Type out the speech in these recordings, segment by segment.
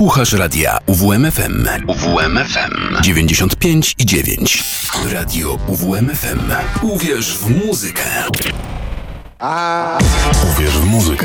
Słuchasz radia UWMFM. UWMFM 95,9. Radio UWMFM. Uwierz w muzykę. Uwierz w muzykę.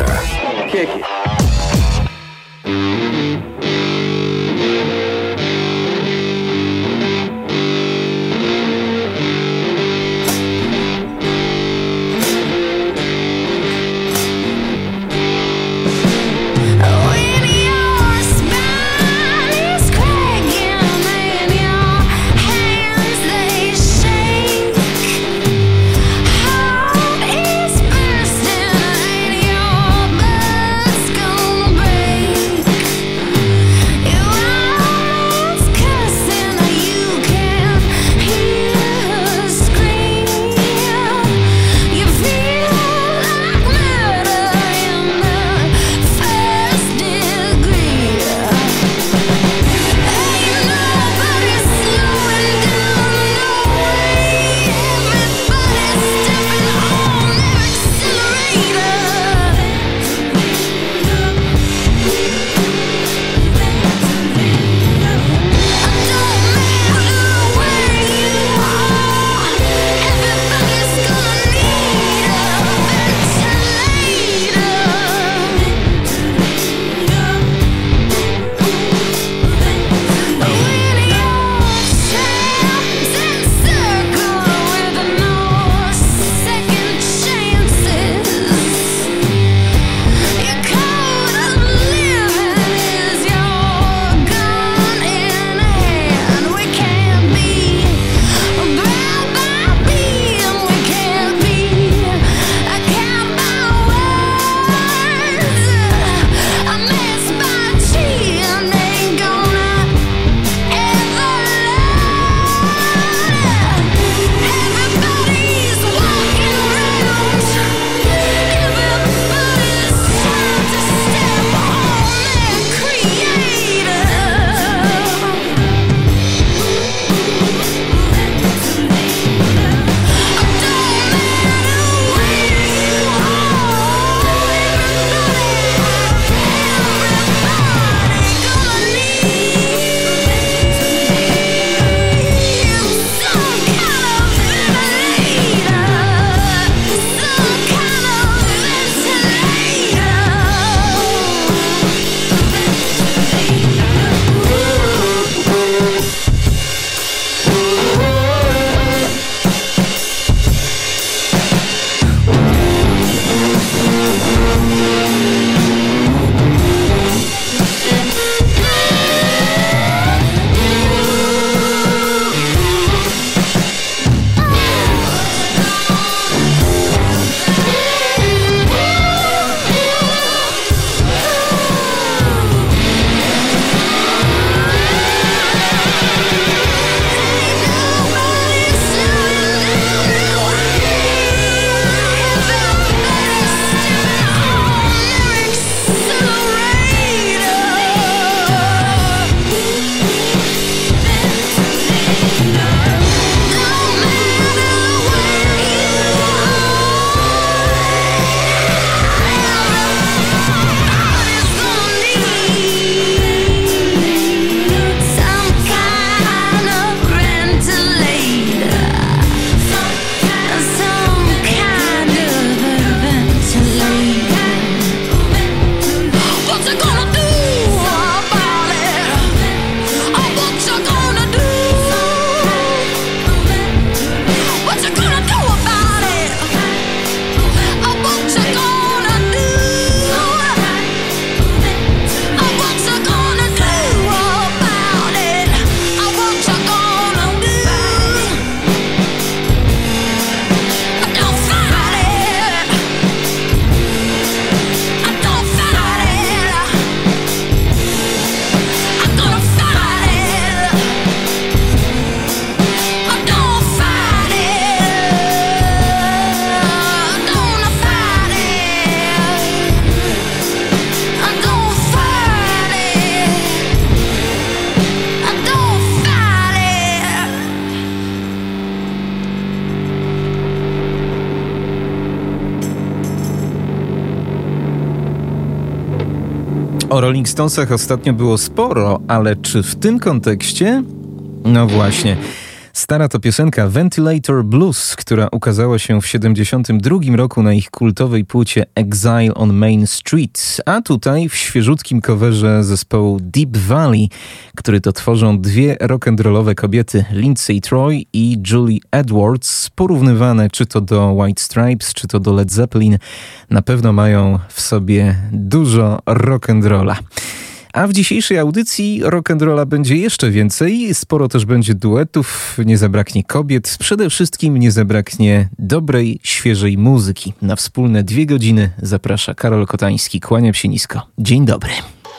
O Rolling Stonesach ostatnio było sporo, ale czy w tym kontekście? No właśnie. Stara to piosenka Ventilator Blues, która ukazała się w 1972 roku na ich kultowej płycie Exile on Main Street, a tutaj w świeżutkim coverze zespołu Deep Valley, który to tworzą dwie rock'n'rollowe kobiety, Lindsay Troy i Julie Edwards, porównywane czy to do White Stripes, czy to do Led Zeppelin, na pewno mają w sobie dużo rock'n'rolla. A w dzisiejszej audycji rock'n'rolla będzie jeszcze więcej, sporo też będzie duetów, nie zabraknie kobiet, przede wszystkim nie zabraknie dobrej, świeżej muzyki. Na wspólne 2 godziny zaprasza Karol Kotański, kłaniam się nisko. Dzień dobry.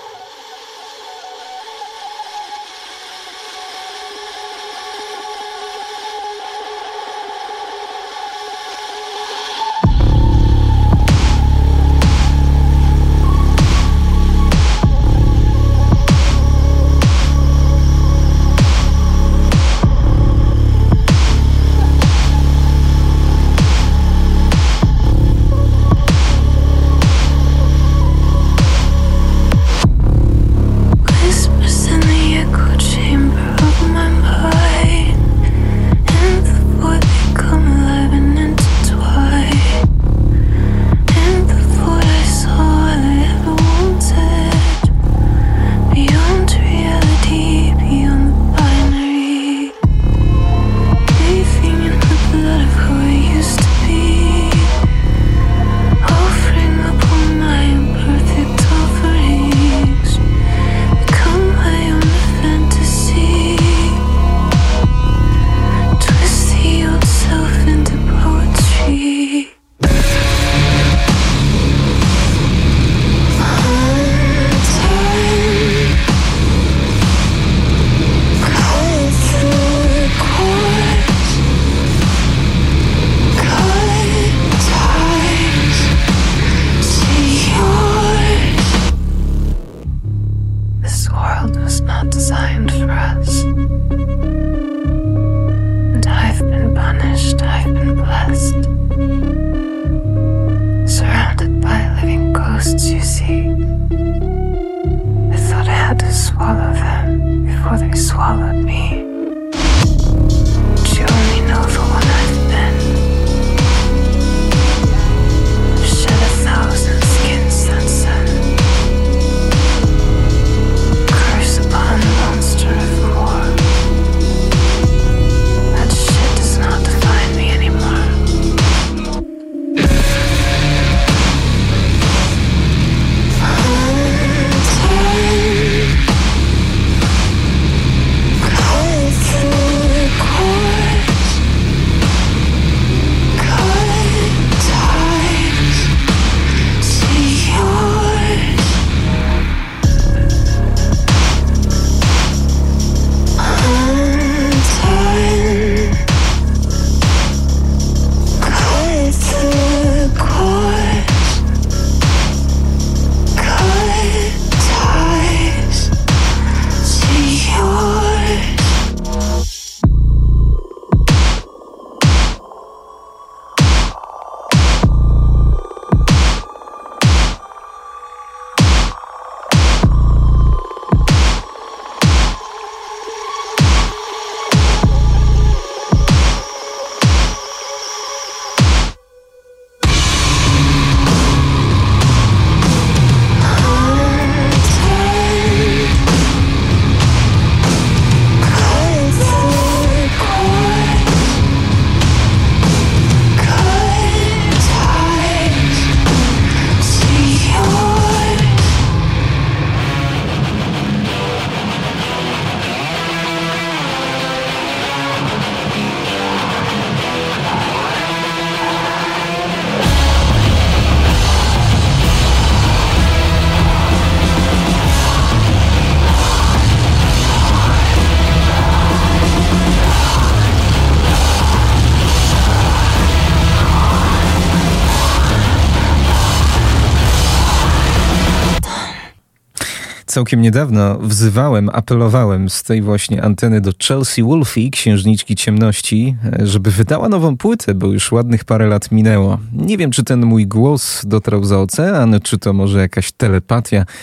Całkiem niedawno apelowałem z tej właśnie anteny do Chelsea Wolfe, księżniczki ciemności, żeby wydała nową płytę, bo już ładnych parę lat minęło. Nie wiem, czy ten mój głos dotarł za ocean, czy to może jakaś telepatia,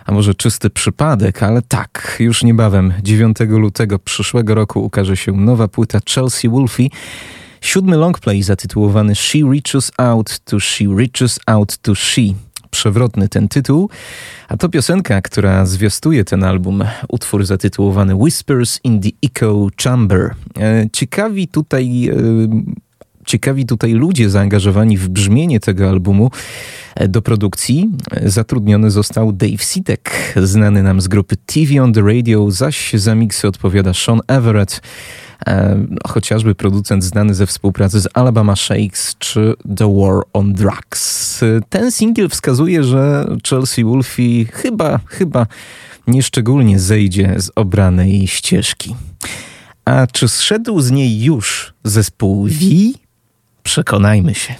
a może czysty przypadek, ale tak, już niebawem 9 lutego przyszłego roku ukaże się nowa płyta Chelsea Wolfe. 7. longplay zatytułowany She Reaches Out to She. Przewrotny ten tytuł, a to piosenka, która zwiastuje ten album, utwór zatytułowany Whispers in the Echo Chamber. Ciekawi tutaj ludzie zaangażowani w brzmienie tego albumu. Do produkcji zatrudniony został Dave Sitek, znany nam z grupy TV on the Radio, zaś za miksy odpowiada Sean Everett, chociażby producent znany ze współpracy z Alabama Shakes czy The War on Drugs. Ten singiel wskazuje, że Chelsea Wolfe chyba nieszczególnie zejdzie z obranej ścieżki. A czy zszedł z niej już zespół V? Przekonajmy się.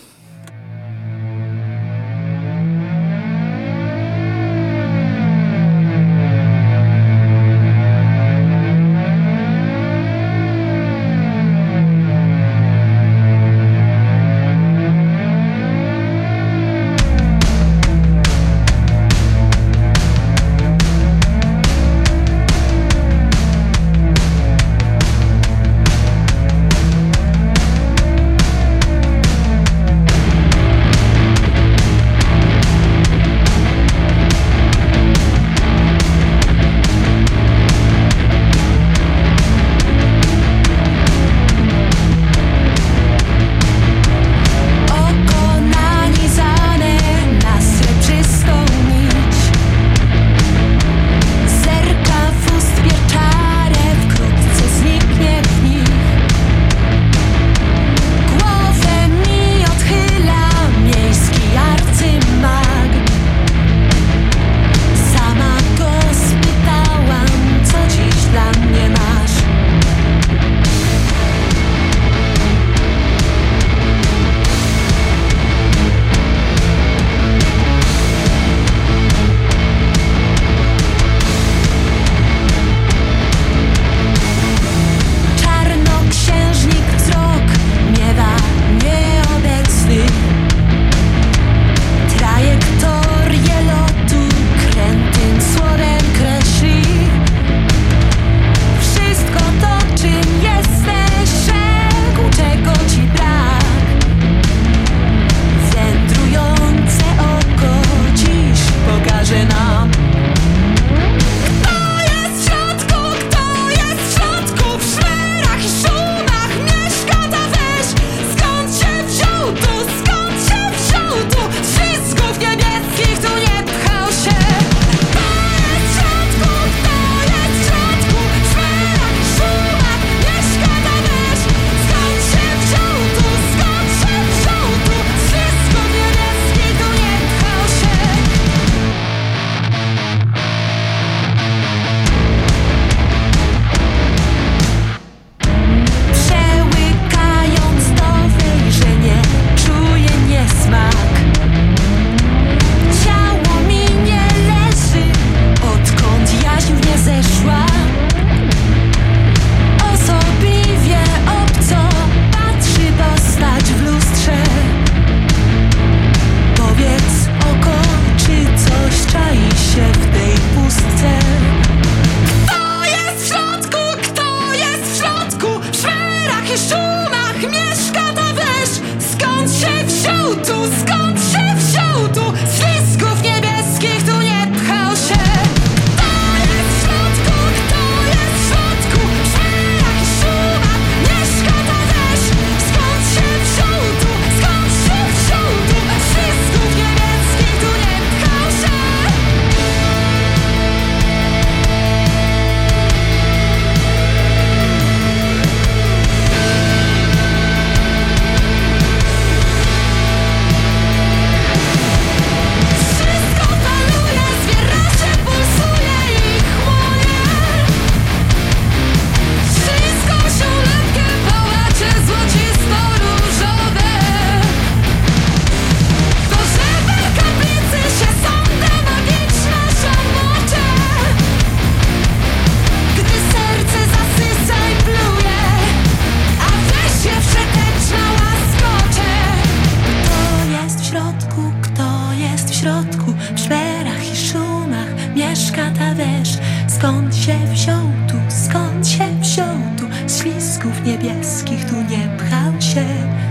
Skąd się wziął tu, skąd się wziął tu? Z ślisków niebieskich tu nie pchał się.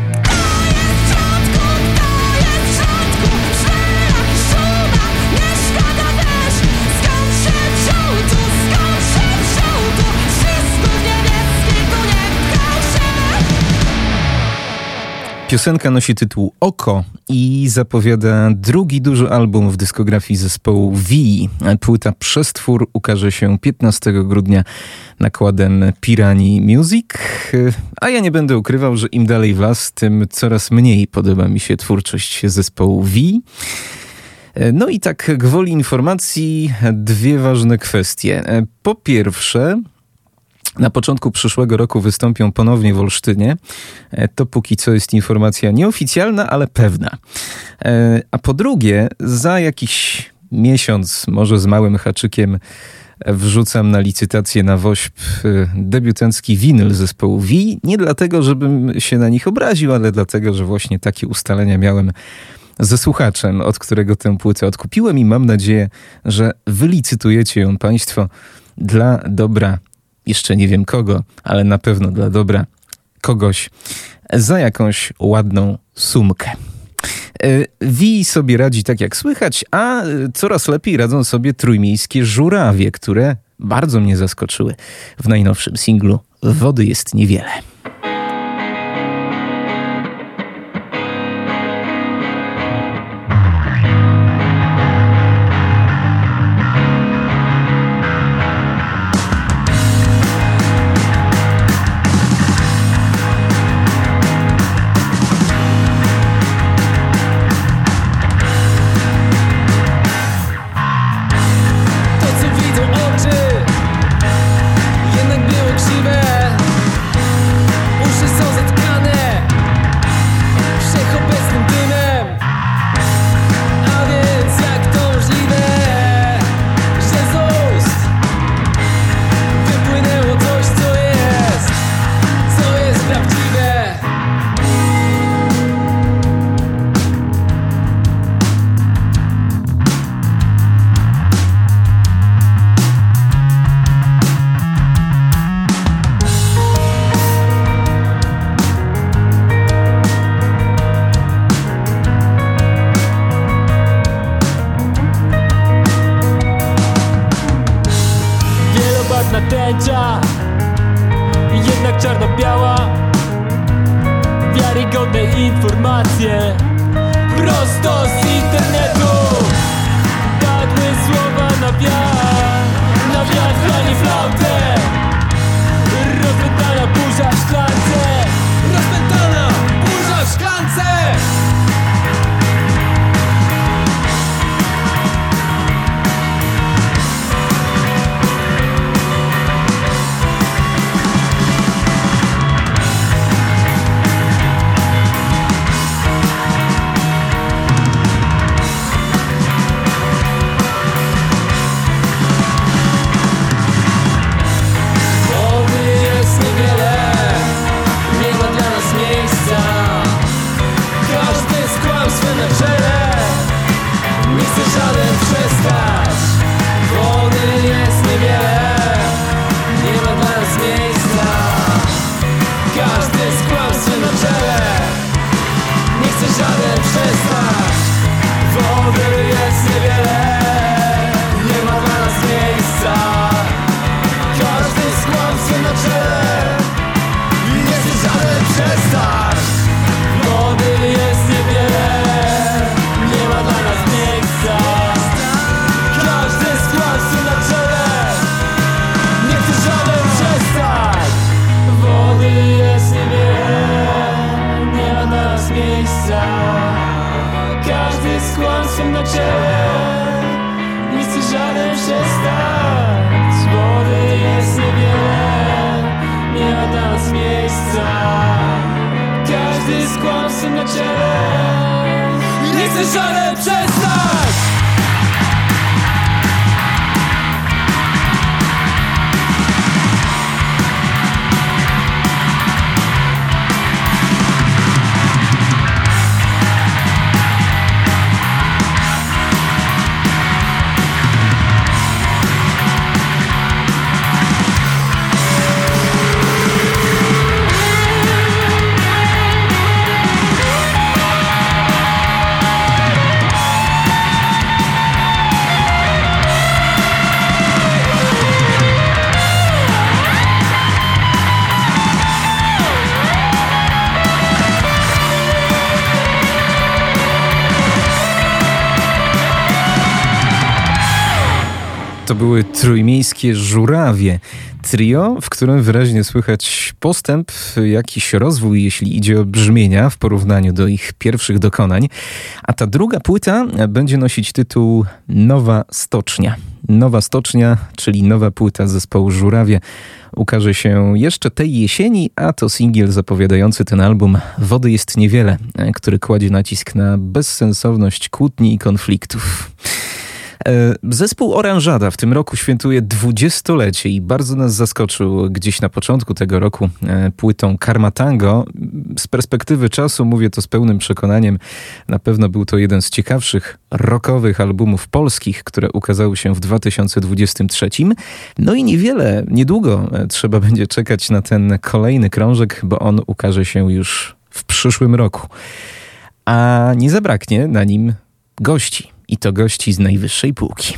Piosenka nosi tytuł Oko i zapowiada drugi duży album w dyskografii zespołu V. Płyta Przestwór ukaże się 15 grudnia nakładem Pirani Music. A ja nie będę ukrywał, że im dalej w las, tym coraz mniej podoba mi się twórczość zespołu V. No i tak gwoli informacji dwie ważne kwestie. Po pierwsze, na początku przyszłego roku wystąpią ponownie w Olsztynie. To póki co jest informacja nieoficjalna, ale pewna. A po drugie, za jakiś miesiąc, może z małym haczykiem, wrzucam na licytację na WOŚP debiutancki winyl zespołu V. Nie dlatego, żebym się na nich obraził, ale dlatego, że właśnie takie ustalenia miałem ze słuchaczem, od którego tę płytę odkupiłem i mam nadzieję, że wylicytujecie ją państwo dla dobra jeszcze nie wiem kogo, ale na pewno dla dobra kogoś za jakąś ładną sumkę. Wi sobie radzi tak jak słychać, a coraz lepiej radzą sobie trójmiejskie Żurawie, które bardzo mnie zaskoczyły w najnowszym singlu Wody jest niewiele. Jednak czarno-biała, wiarygodne informacje prosto z internetu. Padły słowa na wiatr, granie flautę. Rozpętana burza w szklance, rozpętana burza w szklance. To były trójmiejskie Żurawie. Trio, w którym wyraźnie słychać postęp, jakiś rozwój, jeśli idzie o brzmienia w porównaniu do ich pierwszych dokonań. A ta druga płyta będzie nosić tytuł Nowa Stocznia. Nowa Stocznia, czyli nowa płyta zespołu Żurawie, ukaże się jeszcze tej jesieni, a to singiel zapowiadający ten album Wody jest niewiele, który kładzie nacisk na bezsensowność kłótni i konfliktów. Zespół Oranżada w tym roku świętuje 20-lecie i bardzo nas zaskoczył gdzieś na początku tego roku płytą Karma Tango. Z perspektywy czasu mówię to z pełnym przekonaniem. Na pewno był to jeden z ciekawszych rockowych albumów polskich, które ukazały się w 2023. No i niedługo trzeba będzie czekać na ten kolejny krążek, bo on ukaże się już w przyszłym roku. A nie zabraknie na nim gości. I to gości z najwyższej półki.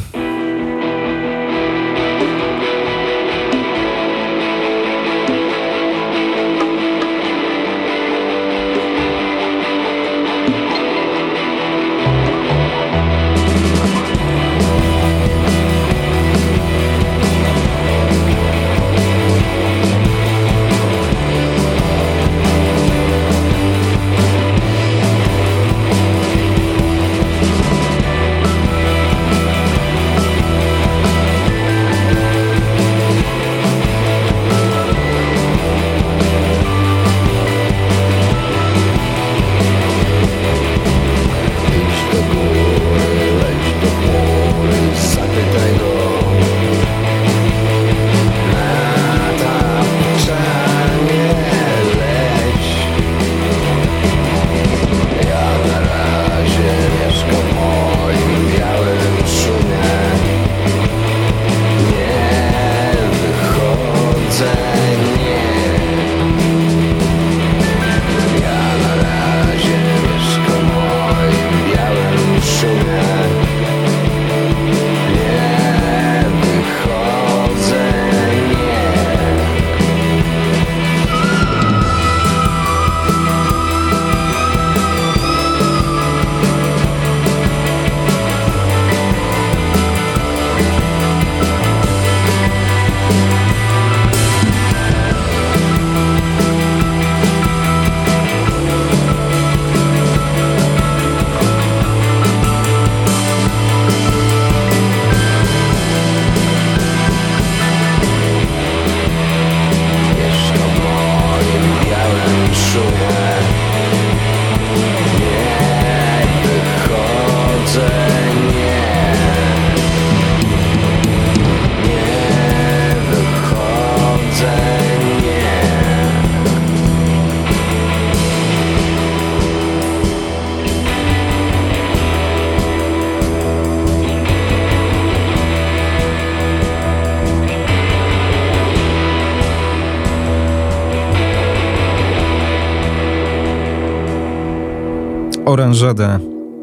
Oranżada,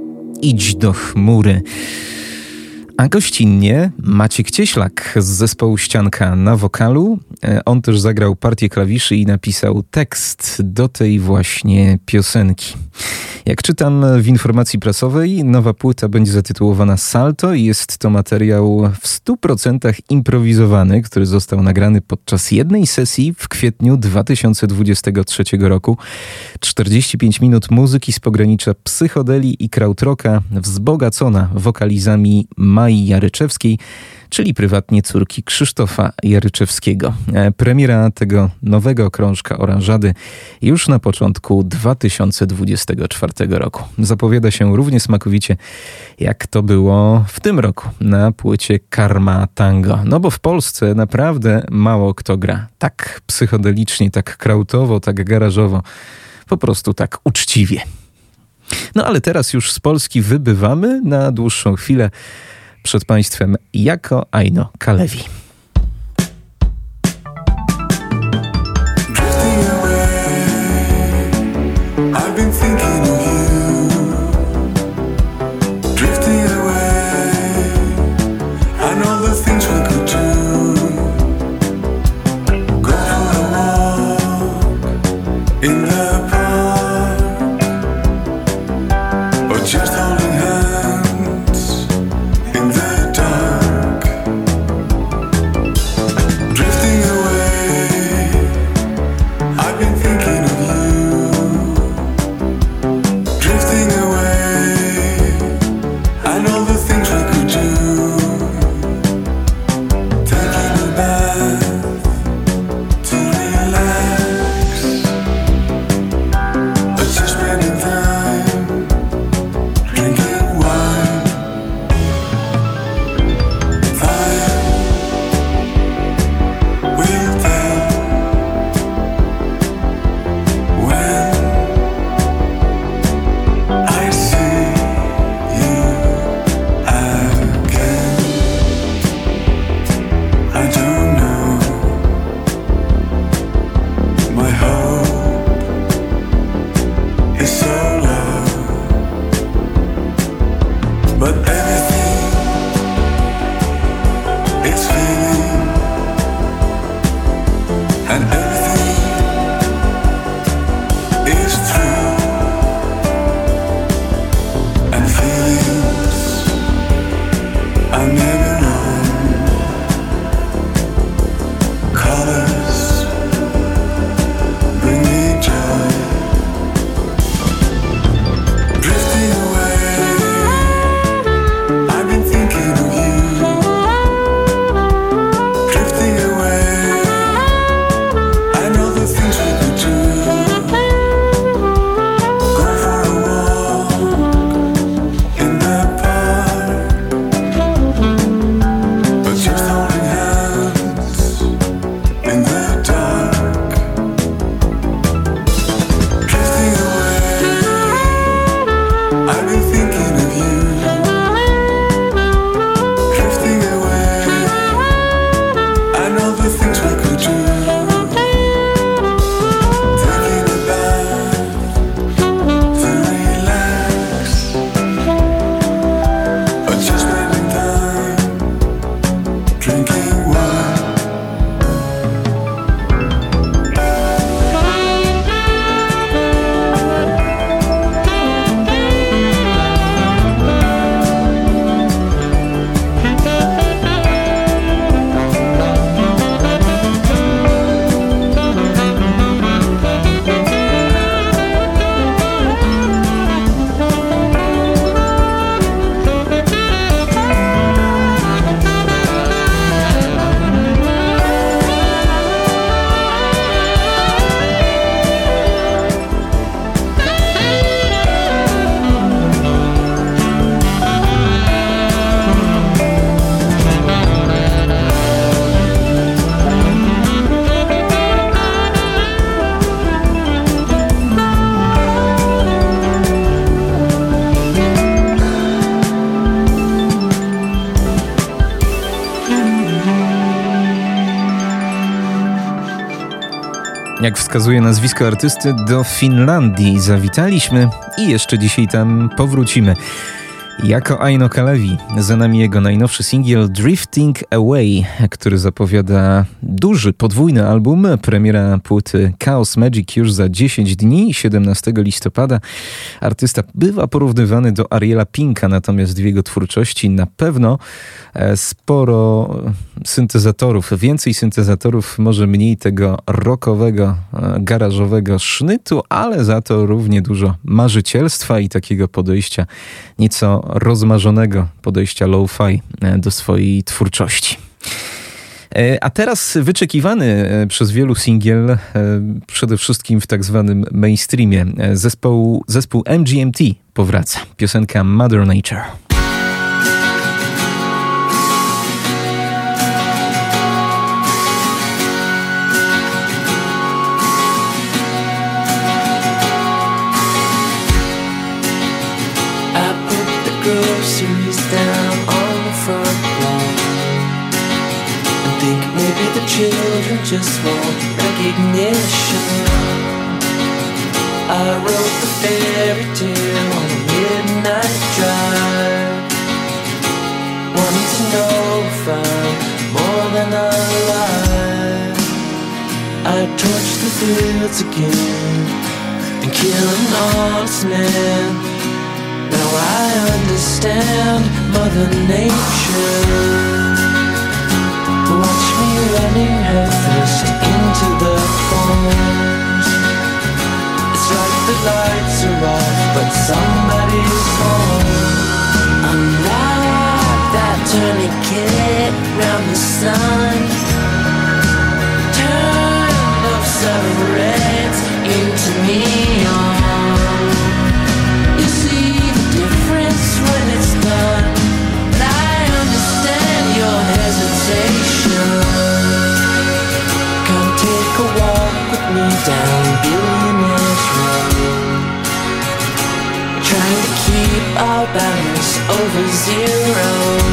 idź do chmury. A gościnnie Maciek Cieślak z zespołu Ścianka na wokalu. On też zagrał partię klawiszy i napisał tekst do tej właśnie piosenki. Jak czytam w informacji prasowej, nowa płyta będzie zatytułowana Salto i jest to materiał w 100% improwizowany, który został nagrany podczas jednej sesji w kwietniu 2023 roku. 45 minut muzyki z pogranicza psychodelii i krautrocka, wzbogacona wokalizami Mai Jaryczewskiej, czyli prywatnie córki Krzysztofa Jaryczewskiego. Premiera tego nowego krążka Oranżady już na początku 2024 roku. Zapowiada się równie smakowicie, jak to było w tym roku na płycie Karma Tango. No bo w Polsce naprawdę mało kto gra tak psychodelicznie, tak krautowo, tak garażowo, po prostu tak uczciwie. No ale teraz już z Polski wybywamy na dłuższą chwilę. Przed Państwem Jako Aino Kalevi. Just holding hands in the dark. Jak wskazuje nazwisko artysty, do Finlandii zawitaliśmy i jeszcze dzisiaj tam powrócimy. Jako Aino Kalevi, za nami jego najnowszy singiel Drifting Away, który zapowiada duży, podwójny album. Premiera płyty Chaos Magic już za 10 dni, 17 listopada. Artysta bywa porównywany do Ariela Pinka, natomiast w jego twórczości na pewno sporo syntezatorów, więcej syntezatorów, może mniej tego rockowego, garażowego sznytu, ale za to równie dużo marzycielstwa i takiego podejścia nieco rozmarzonego podejścia lo-fi do swojej twórczości. A teraz wyczekiwany przez wielu singiel, przede wszystkim w tak zwanym mainstreamie. Zespół MGMT powraca. Piosenka Mother Nature. Groceries down on the front lawn and think maybe the children just want recognition. I wrote the fairy tale on a midnight drive, wanting to know if I'm more than alive. I torch the fields again and kill an honest man. Now I understand Mother Nature. Watch me running headfirst into the thorns. It's like the lights are off, but somebody's home. I'm like that tourniquet round the sun. Turn up some reds into neon. You see when it's done, and I understand your hesitation. Come take a walk with me down Billionaire's Road, trying to keep our balance over zero.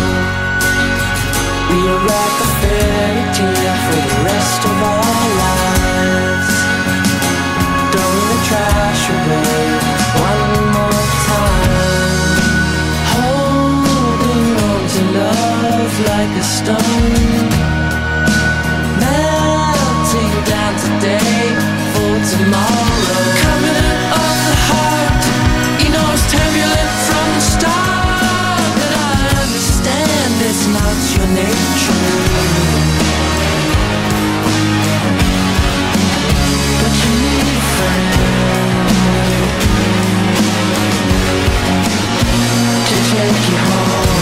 We write a fairy tale for the rest of our lives, throwing the trash away one more time. Love like a stone, melting down today for tomorrow. Coming off the heart, you know it's turbulent from the start, but I understand it's not your nature. But you need a friend to take you home.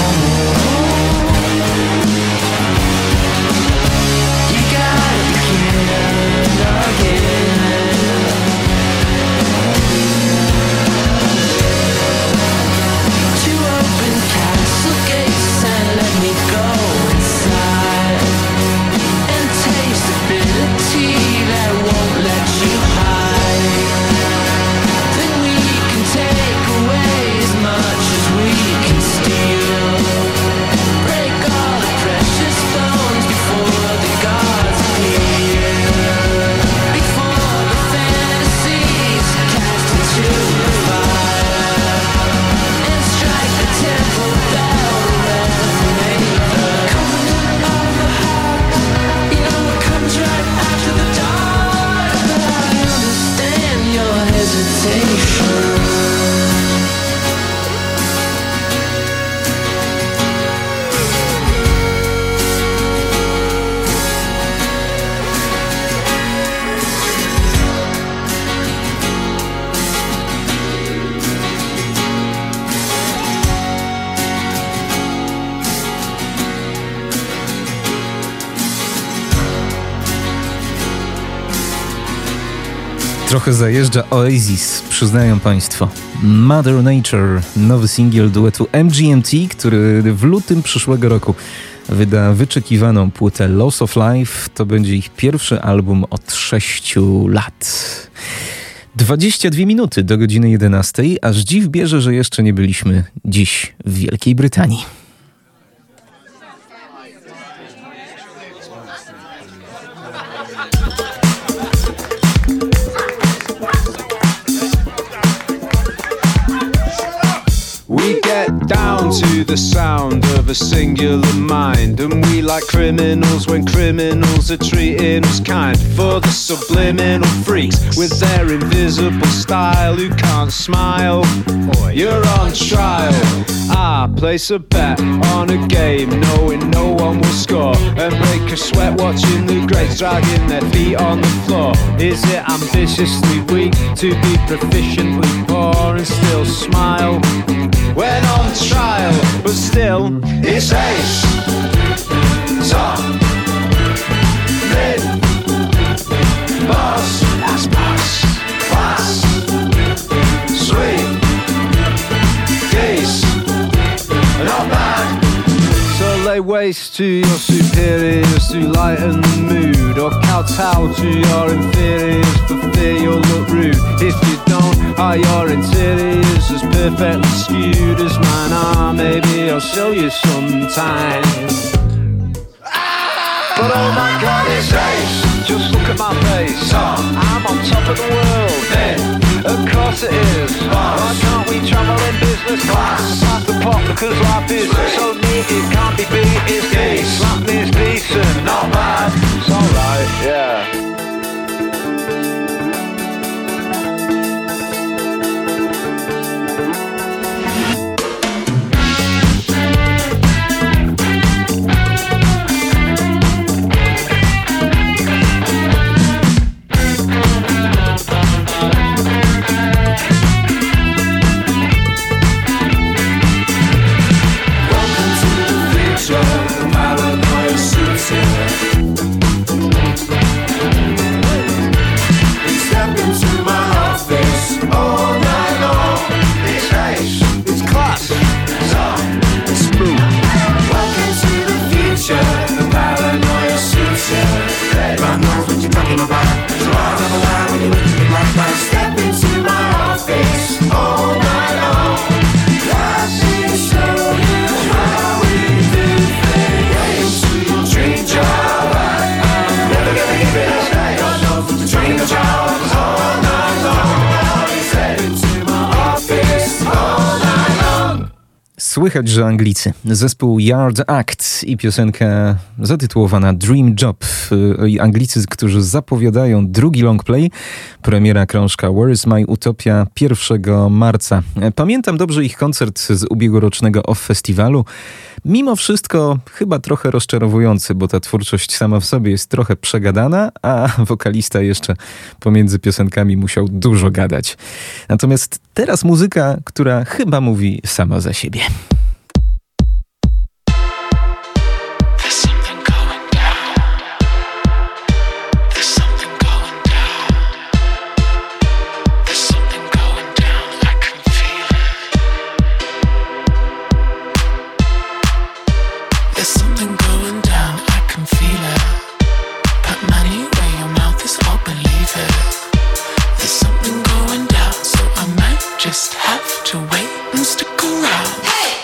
Trochę zajeżdża Oasis, przyznają państwo. Mother Nature, nowy singiel duetu MGMT, który w lutym przyszłego roku wyda wyczekiwaną płytę Loss of Life. To będzie ich pierwszy album od 6 lat. 22 minuty do godziny 11, aż dziw bierze, że jeszcze nie byliśmy dziś w Wielkiej Brytanii. a singular mind, and we like criminals when criminals are treating us kind. For the subliminal freaks with their invisible style who can't smile, you're on trial. I place a bet on a game knowing no one will score, and break a sweat watching the greats dragging their feet on the floor. Is it ambitiously weak to be proficiently poor and still smile when on trial? But still, it's ace, top, mid, boss, that's boss, class, sweet, geese, not bad. So lay waste to your superiors to lighten the mood, or kowtow to your inferiors for fear you'll look rude. If you don't, are your interiors as perfectly skewed as mine are? Maybe I'll show you sometime. But oh my God, it's ace. Just look at my face. I'm on top of the world. Of course it is. Why can't we travel in business class? Pass the pot because life is so neat it can't be beat. It's decent. Slap me is decent, not bad. It's alright, yeah. Słychać, że Anglicy. Zespół Yard Act i piosenka zatytułowana Dream Job. Anglicy, którzy zapowiadają drugi longplay. Premiera krążka Where is my Utopia 1 marca. Pamiętam dobrze ich koncert z ubiegłorocznego OFF Festiwalu. Mimo wszystko chyba trochę rozczarowujący, bo ta twórczość sama w sobie jest trochę przegadana, a wokalista jeszcze pomiędzy piosenkami musiał dużo gadać. Natomiast teraz muzyka, która chyba mówi sama za siebie. Just have to wait and stick around. Hey!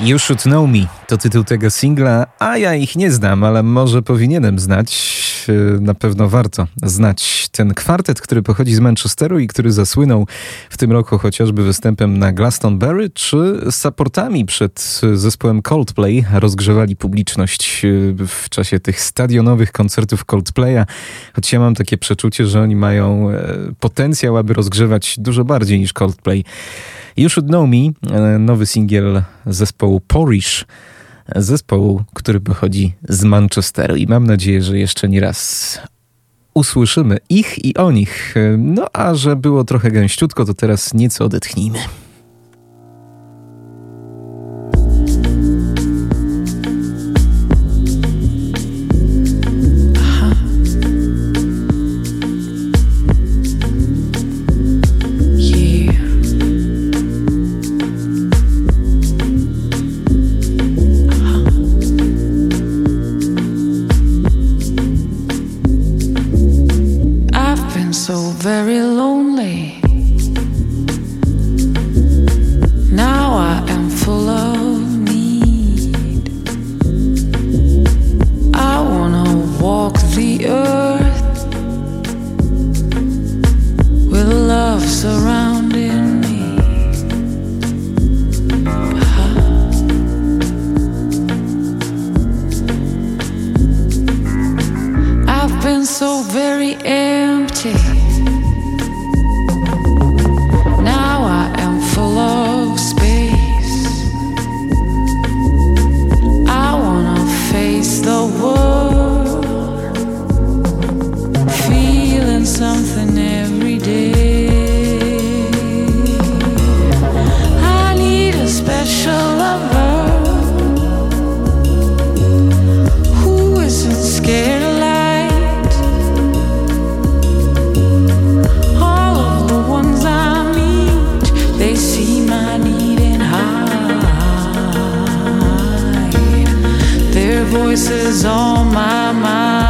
You Should Know Me to tytuł tego singla, a ja ich nie znam, ale może powinienem znać. Na pewno warto znać ten kwartet, który pochodzi z Manchesteru i który zasłynął w tym roku chociażby występem na Glastonbury, czy supportami przed zespołem Coldplay. Rozgrzewali publiczność w czasie tych stadionowych koncertów Coldplaya, choć ja mam takie przeczucie, że oni mają potencjał, aby rozgrzewać dużo bardziej niż Coldplay. You Should Know Me, nowy singiel zespołu Porridge, zespołu, który pochodzi z Manchesteru i mam nadzieję, że jeszcze nie raz usłyszymy ich i o nich. No a że było trochę gęściutko, to teraz nieco odetchnijmy. Very lonely. Now I am full of need. I wanna walk the earth with love surrounding me. I've been so very empty. Full of space. I wanna face the world, feeling something every day. I need a special lover who isn't scared of light. All of the ones I meet, they see my need and hide their voices on my mind.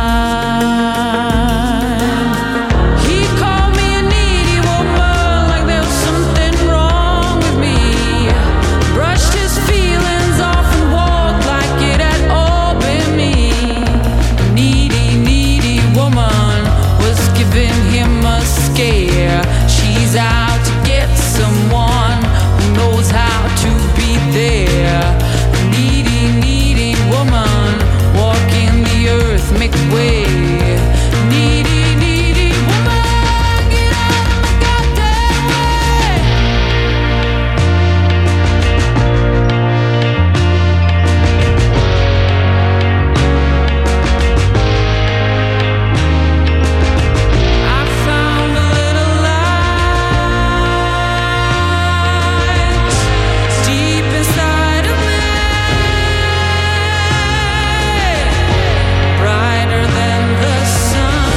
He called me a needy woman, like there was something wrong with me. Brushed his feelings off and walked like it had all been me. Needy, needy woman was giving him a scare. She's out to get someone who knows how to be there. Needy, needy woman, walking the earth, make way. Needy, needy woman, get out of the goddamn way. I found a little light deep inside of me, brighter than the sun.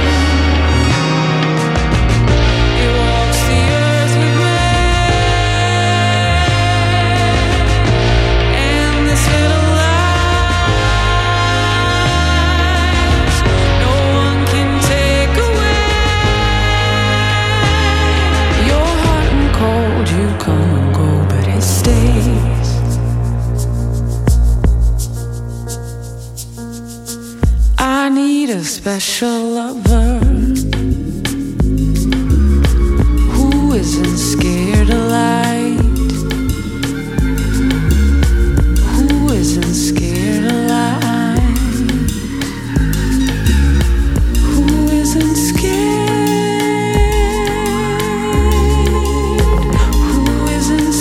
It walks the earth with me, and this little light no one can take away. You're hot and cold, you come and go, but it stays. I need a special lover who isn't scared of light, who isn't scared of light, who isn't scared, who isn't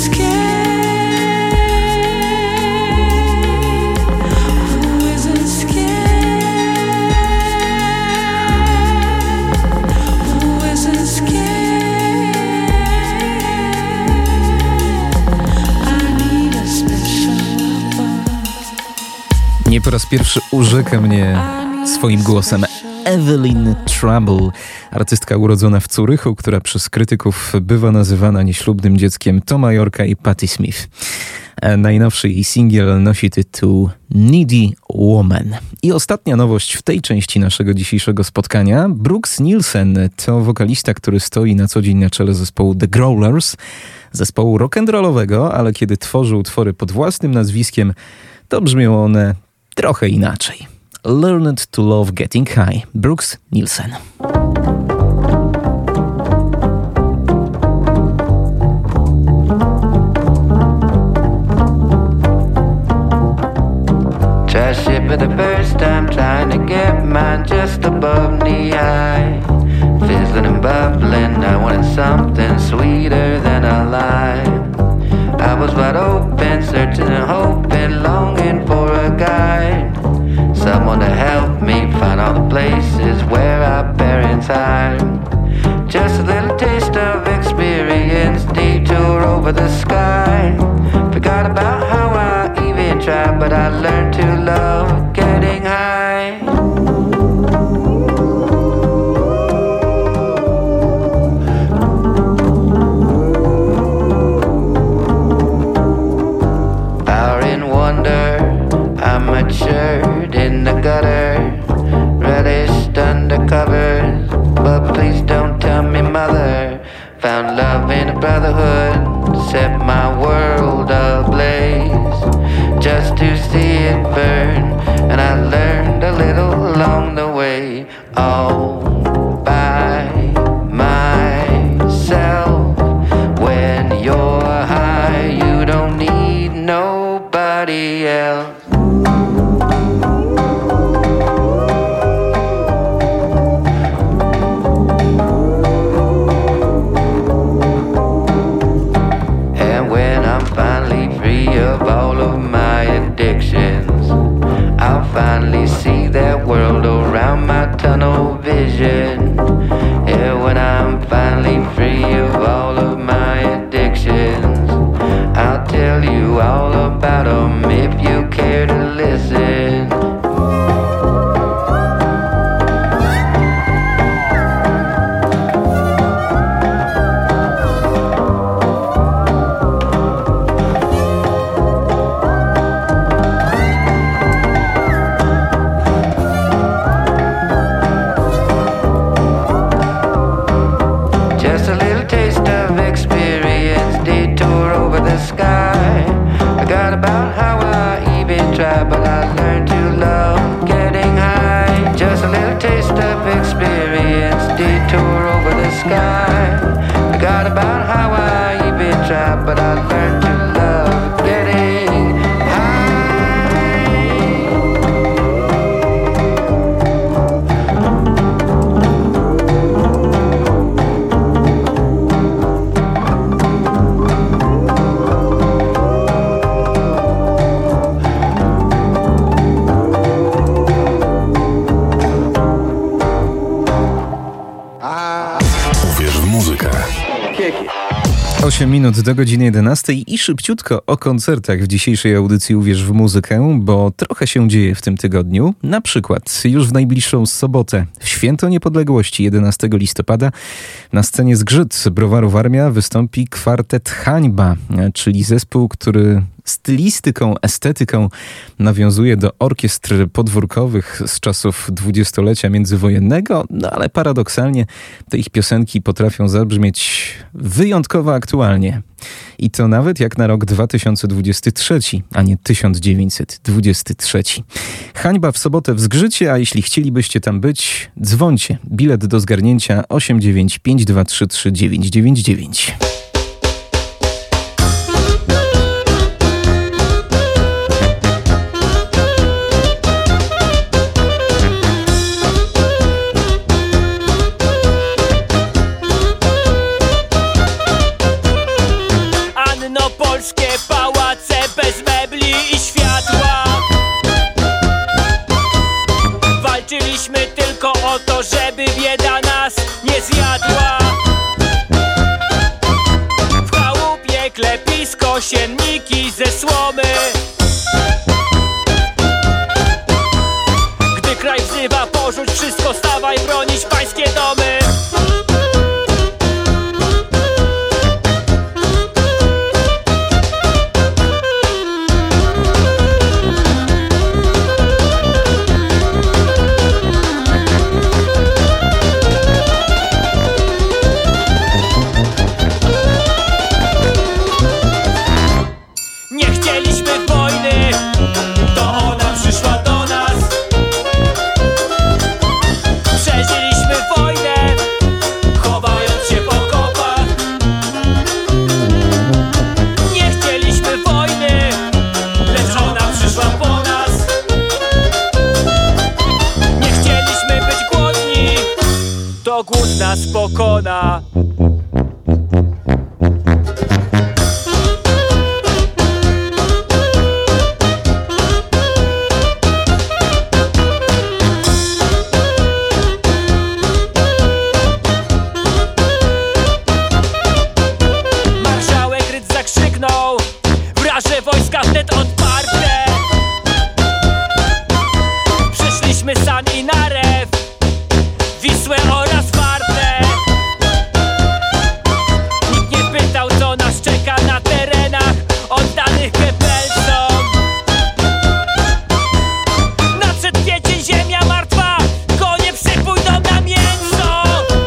scared, who isn't scared, who isn't scared. I need a special lover. Nie po raz pierwszy urzeka mnie swoim głosem Evelyn Trouble, artystka urodzona w Zurychu, która przez krytyków bywa nazywana nieślubnym dzieckiem Toma Yorka i Patti Smith. Najnowszy jej singiel nosi tytuł Needy Woman. I ostatnia nowość w tej części naszego dzisiejszego spotkania. Brooks Nielsen to wokalista, który stoi na co dzień na czele zespołu The Growlers. zespołu rock'n'rollowego, ale kiedy tworzył utwory pod własnym nazwiskiem, to brzmią one trochę inaczej. Learned to Love Getting High, Brooks Nielsen. Trash it for the first time, trying to get mine just above knee high. Fizzling and bubbling, I wanted something sweeter than a lie. I was wide open, searching and hoping, longing for a guide. Someone to help me find all the places where our parents hide. Just a little taste of experience, detour over the sky. Forgot about how I even tried, but I learned to love getting high. Power in wonder, I matured in the gutter, relished under covers, but please don't tell me mother. Found love in a brotherhood, set my world ablaze, just to see it burn, and I learned a little along the way, all by myself. When you're high, you don't need nobody else. Of all of my addictions, I'll finally see that world around my tunnel vision. Yeah, when I'm finally free of all of my addictions, I'll tell you all about them if you care to listen. But I learned to love getting high. Just a little taste of experience, detour over the sky. Forgot about how I even tried, but I learned to love getting Uwierz w muzykę. 8 minut do godziny 11 i szybciutko o koncertach w dzisiejszej audycji Uwierz w muzykę, bo trochę się dzieje w tym tygodniu. Na przykład już w najbliższą sobotę, w Święto Niepodległości 11 listopada, na scenie Zgrzyt Browaru Warmia wystąpi kwartet Hańba, czyli zespół, który stylistyką, estetyką nawiązuje do orkiestr podwórkowych z czasów dwudziestolecia międzywojennego, no ale paradoksalnie te ich piosenki potrafią zabrzmieć wyjątkowo aktualnie. I to nawet jak na rok 2023, a nie 1923. Hańba w sobotę w Zgrzycie, a jeśli chcielibyście tam być, dzwońcie. Bilet do zgarnięcia 895233999. Polskie pałace bez mebli i światła. Walczyliśmy tylko o to, żeby bieda nas nie zjadła. W chałupie klepisko, sienniki ze słomy. Gdy kraj wzywa, porzuć wszystko, stawaj bronić pańskie domy. Nie chcieliśmy wojny, to ona przyszła do nas. Przeżyliśmy wojnę, chowając się w okopach. Nie chcieliśmy wojny, lecz ona przyszła po nas. Nie chcieliśmy być głodni, to głód nas pokona. Marszałek Rydz zakrzyknął: wraże wojska wnet odparte. Przyszliśmy San i Narew, Wisłę oraz Wartę. Nikt nie pytał, co nas czeka na terenach oddanych Goebbelsom. Nadszedł kwiecień, ziemia martwa, konie psy pójdą na mięso.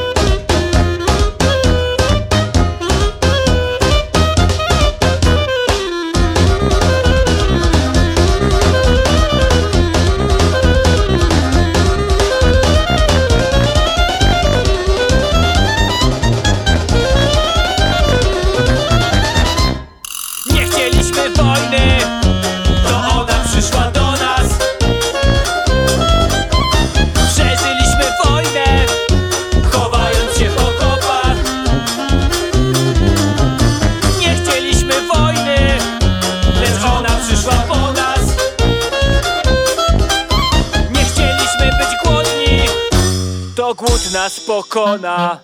Nie chcieliśmy wojny, to ona przyszła do nas. Przeżyliśmy wojnę, chowając się w okopach. Nie chcieliśmy wojny, lecz ona przyszła po nas. Nie chcieliśmy być głodni, to głód nas pokona.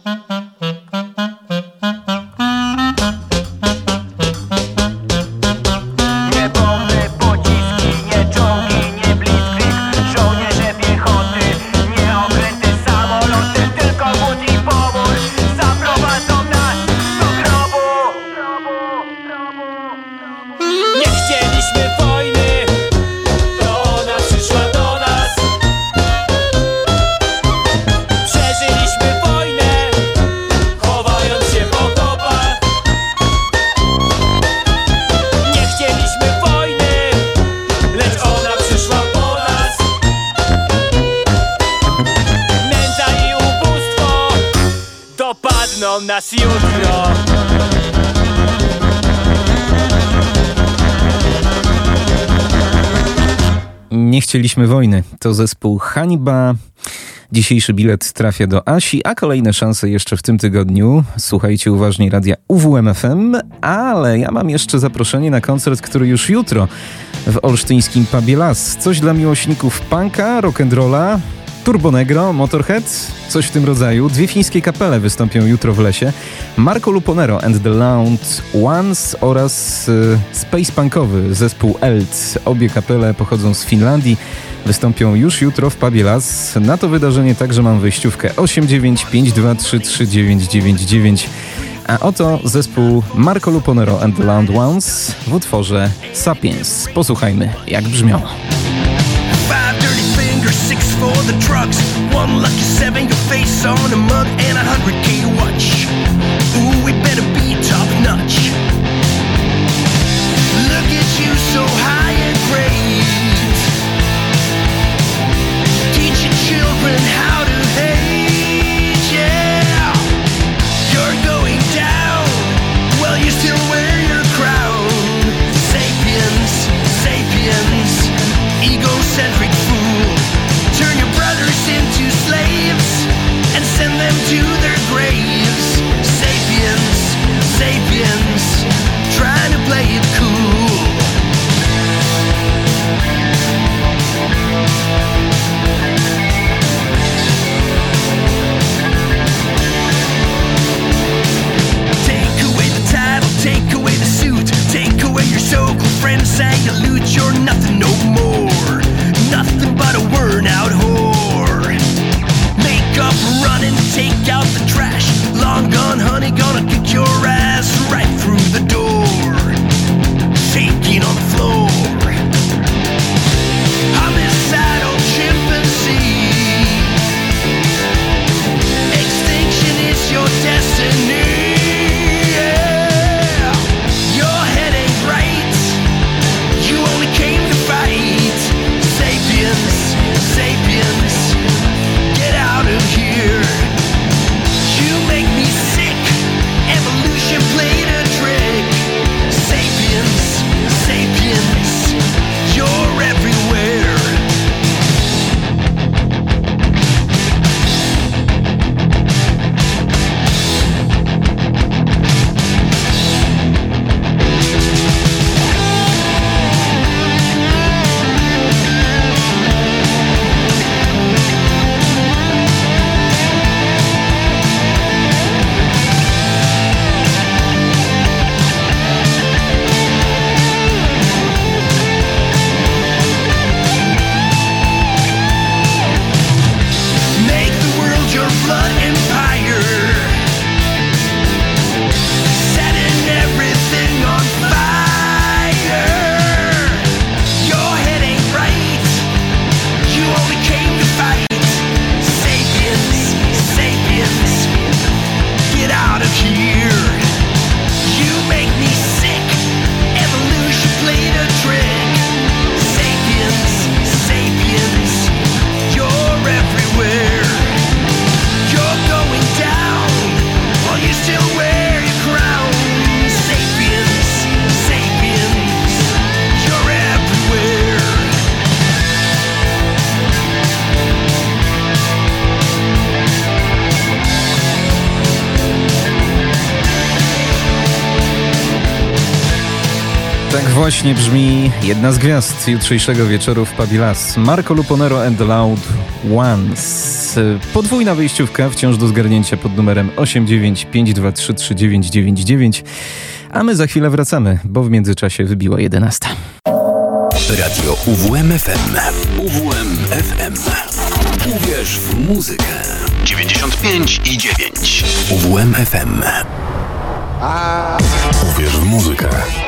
Nie bomby, pociski, nie czołgi, nie blitzkrieg, żołnierze piechoty, nie okręty, samoloty, tylko głód i pomór zaprowadzą nas do grobu. Nie chcieliśmy wojny, to ona przyszła do nas. Przeżyliśmy wojnę, chowając się w okopach. Nie chcieliśmy wojny, lecz ona przyszła po nas. Nędza i ubóstwo dopadną nas jutro. Nie chcieliśmy wojny. To zespół Hańba. Dzisiejszy bilet trafia do Asi, a kolejne szanse jeszcze w tym tygodniu. Słuchajcie uważnie radia UWMFM, ale ja mam jeszcze zaproszenie na koncert, który już jutro w olsztyńskim pubie Las. Coś dla miłośników punka, rock'n'rolla, Turbonegro, Motorhead, coś w tym rodzaju. Dwie fińskie kapele wystąpią jutro w Lesie. Marco Luponero and the Loud Ones oraz space punkowy zespół Eld. Obie kapele pochodzą z Finlandii. Wystąpią już jutro w pubie Las. Na to wydarzenie także mam wejściówkę 895233999. A oto zespół Marco Luponero and the Loud Ones w utworze Sapiens. Posłuchajmy, jak brzmią. 5 dirty fingers, 6 for the drugs, 1 lucky 7, your face on a mug, and 100K watch. Ooh, we better be top notch. Look at you, so high and great. Teach your children how to hate, yeah. You're going down, well you still wear your crown. Sapiens, sapiens, egocentric fool. Turn your brothers into slaves and send them to their graves. Sapiens, sapiens, trying to play it cool. Take away the title, take away the suit, take away your so-called friends, salute, you're nothing no more. Nothing but a worn-out whore. Make up, run and take out the trash. Long gone, honey, gonna kick your ass right through the door. Shaking on the floor. Homicidal chimpanzee. Extinction is your destiny. Yeah. Your head ain't right. Właśnie brzmi jedna z gwiazd jutrzejszego wieczoru w Pubie Las. Marco Luponero and the Loud Ones. Podwójna wyjściówka wciąż do zgarnięcia pod numerem 895233999. A my za chwilę wracamy, bo w międzyczasie wybiła 11. Radio UWMFM. UWMFM. Uwierz w muzykę. 95,9. UWMFM. Uwierz w muzykę.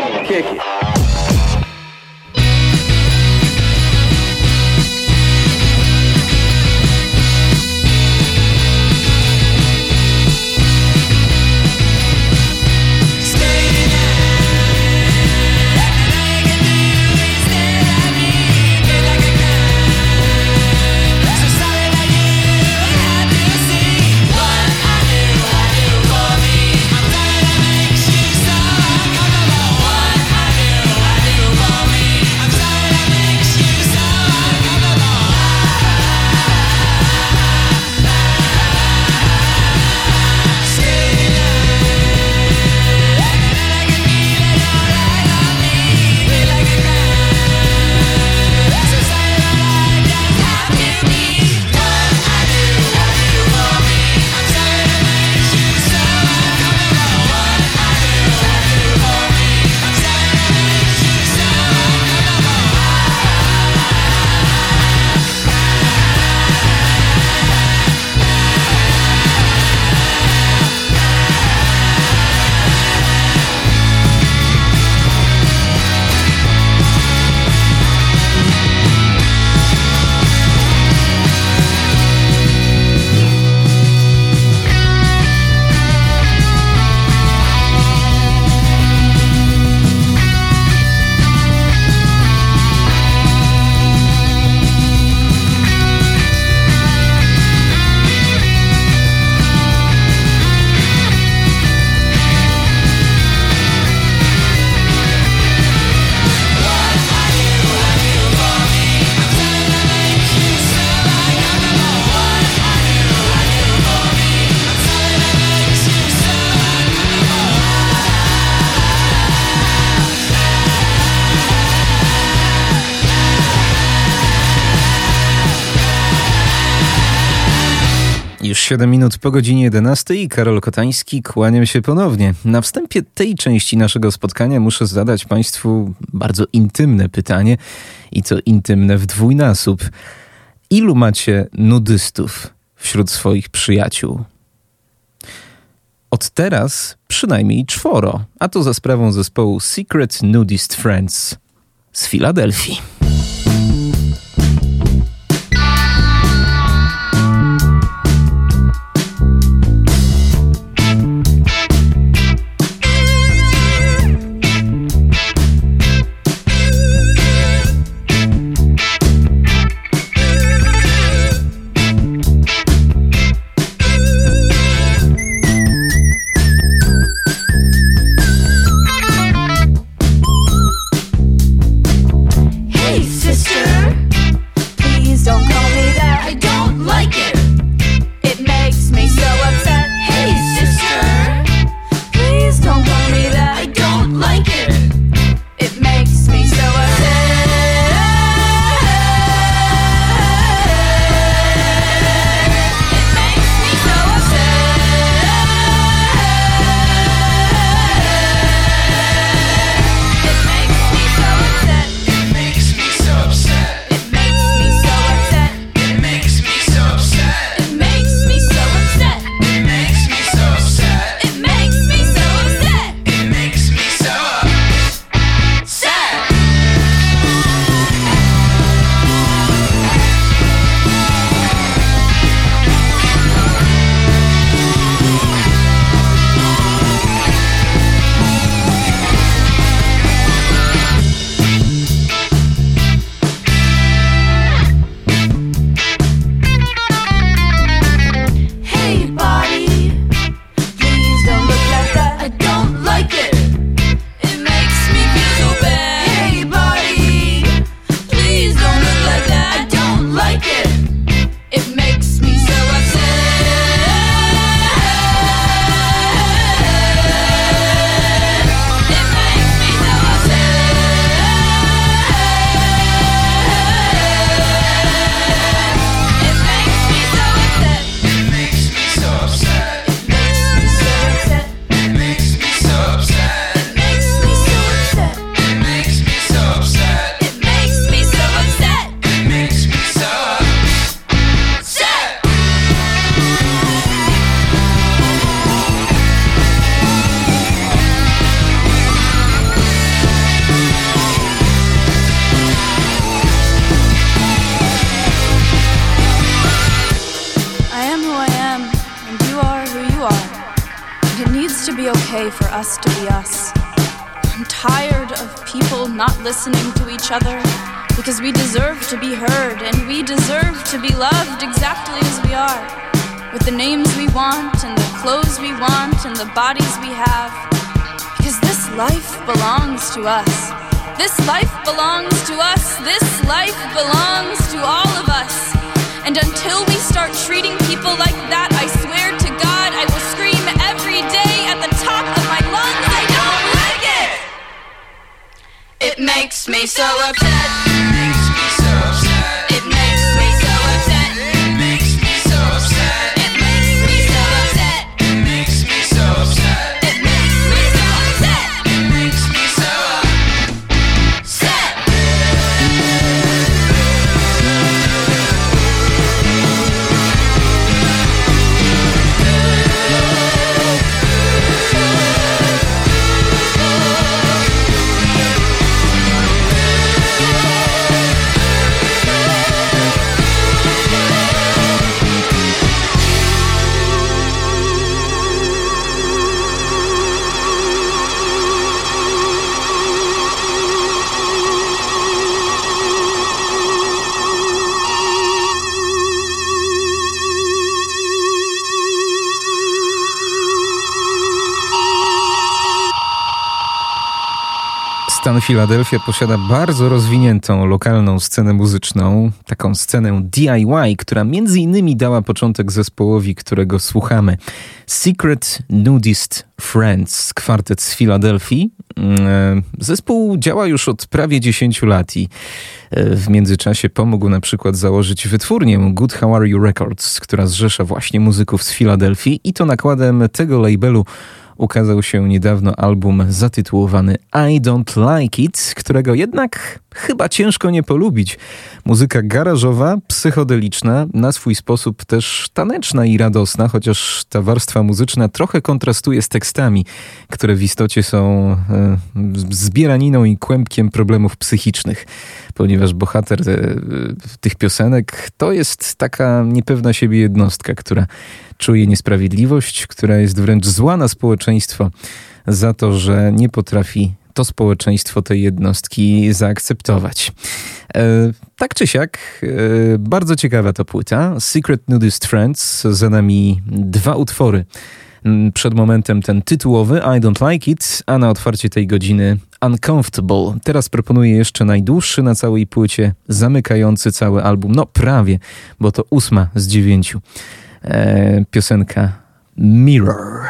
Już 7 minut po godzinie 11 i Karol Kotański, kłaniam się ponownie. Na wstępie tej części naszego spotkania muszę zadać Państwu bardzo intymne pytanie i to intymne w dwójnasób. Ilu macie nudystów wśród swoich przyjaciół? Od teraz przynajmniej 4, a to za sprawą zespołu Secret Nudist Friends z Filadelfii. Hey, okay for us to be us. I'm tired of people not listening to each other because we deserve to be heard and we deserve to be loved exactly as we are, with the names we want and the clothes we want and the bodies we have, because this life belongs to us. This life belongs to us. This life belongs to all of us. And until we start treating people like that, I swear to God, I will scream every day at the top of my lungs, I don't like it! It makes me so upset. It makes me so upset. It makes me so upset. It makes me so upset. It makes me so upset. It makes me so upset. It makes me so upset. It makes me so upset. Stan Filadelfia posiada bardzo rozwiniętą lokalną scenę muzyczną, taką scenę DIY, która między innymi dała początek zespołowi, którego słuchamy. Secret Nudist Friends, kwartet z Filadelfii. Zespół działa już od prawie 10 lat i w międzyczasie pomógł na przykład założyć wytwórnię Good How Are You Records, która zrzesza właśnie muzyków z Filadelfii, i to nakładem tego labelu ukazał się niedawno album zatytułowany I Don't Like It, którego jednak chyba ciężko nie polubić. Muzyka garażowa, psychodeliczna, na swój sposób też taneczna i radosna, chociaż ta warstwa muzyczna trochę kontrastuje z tekstami, które w istocie są zbieraniną i kłębkiem problemów psychicznych, ponieważ bohater tych piosenek to jest taka niepewna siebie jednostka, która czuje niesprawiedliwość, która jest wręcz zła na społeczeństwo za to, że nie potrafi to społeczeństwo tej jednostki zaakceptować. Tak czy siak, bardzo ciekawa to płyta. Secret Nudist Friends, za nami 2 utwory. Przed momentem ten tytułowy I Don't Like It, a na otwarcie tej godziny Uncomfortable. Teraz proponuję jeszcze najdłuższy na całej płycie, zamykający cały album, no prawie, bo to 8 z 9. Piosenka Mirror.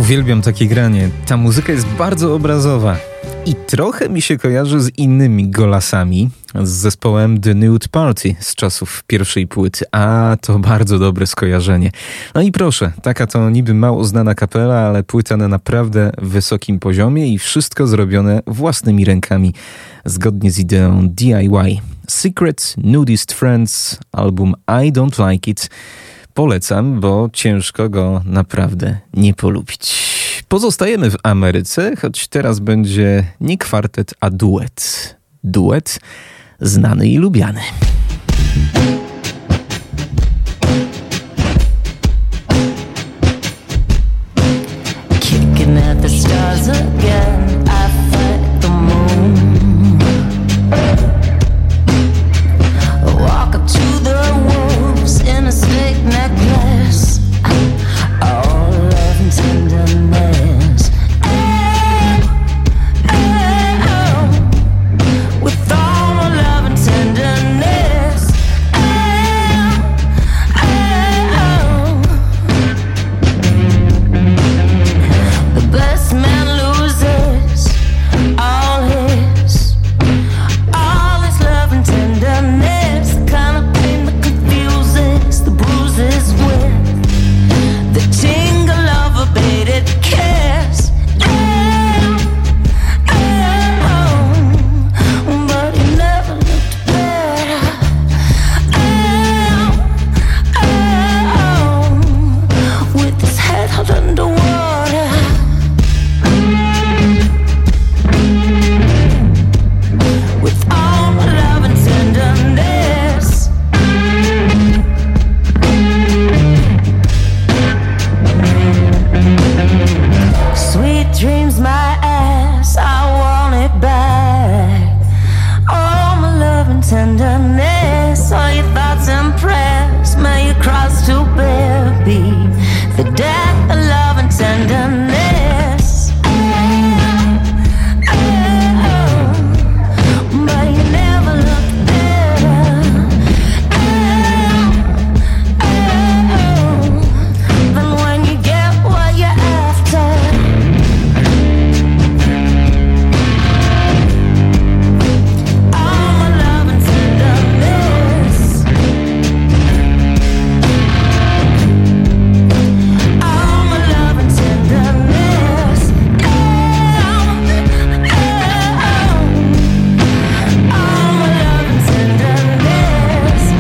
Uwielbiam takie granie. Ta muzyka jest bardzo obrazowa i trochę mi się kojarzy z innymi golasami, z zespołem The Nude Party z czasów pierwszej płyty. A, to bardzo dobre skojarzenie. No i proszę, taka to niby mało znana kapela, ale płyta na naprawdę wysokim poziomie i wszystko zrobione własnymi rękami, zgodnie z ideą DIY. Secret Nudist Friends, album I Don't Like It. Polecam, bo ciężko go naprawdę nie polubić. Pozostajemy w Ameryce, choć teraz będzie nie kwartet, a duet. Duet znany i lubiany. Kicking at the stars again, I fight the moon. Walk up to the wolves in a snake necklace. All love and tenderness. With all my love and tenderness. The best man loses all his love and tenderness. The kind of pain that confuses, the bruises with the tingle of a baited kiss. But he never looked better. With his head held underwater. With all my love and tenderness. Sweet dreams, my ass, I want it back. All my love and tenderness, all your thoughts and prayers, may you cross to bear be the death of love and tenderness. But you never looked better than when you get what you're after. All my love and tenderness. All my love and tenderness. All my love and tenderness.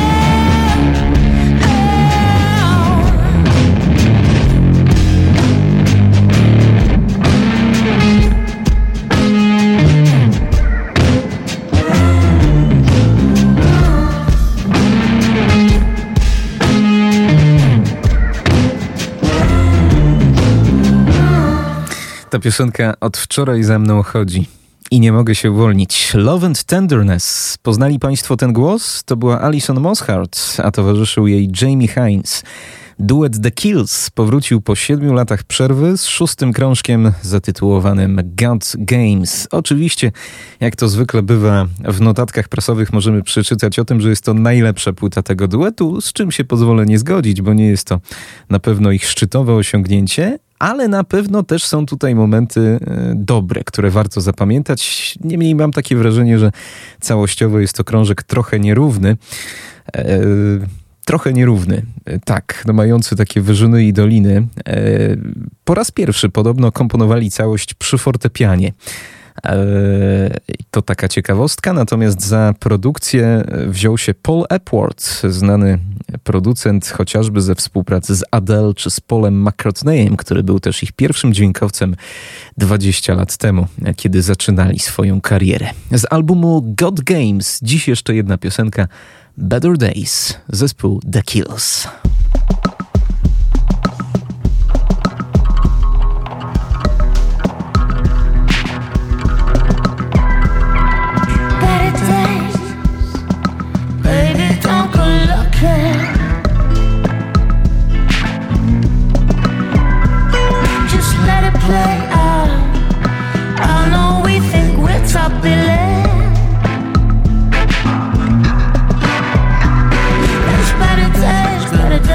Ta piosenka od wczoraj za mną chodzi i nie mogę się uwolnić. Love and Tenderness. Poznali Państwo ten głos? To była Alison Mosshart, a towarzyszył jej Jamie Hines. Duet The Kills powrócił po 7 latach przerwy z 6. krążkiem zatytułowanym God Games. Oczywiście, jak to zwykle bywa, w notatkach prasowych możemy przeczytać o tym, że jest to najlepsza płyta tego duetu, z czym się pozwolę nie zgodzić, bo nie jest to na pewno ich szczytowe osiągnięcie, ale na pewno też są tutaj momenty dobre, które warto zapamiętać. Niemniej mam takie wrażenie, że całościowo jest to krążek trochę nierówny. Trochę nierówny, tak, no mający takie wyżyny i doliny. Po raz pierwszy podobno komponowali całość przy fortepianie. To taka ciekawostka, natomiast za produkcję wziął się Paul Epworth, znany producent chociażby ze współpracy z Adele czy z Paulem McCartneyem, który był też ich pierwszym dźwiękowcem 20 lat temu, kiedy zaczynali swoją karierę. Z albumu God Games dziś jeszcze jedna piosenka, Better Days, zespół The Kills. Better days, better days.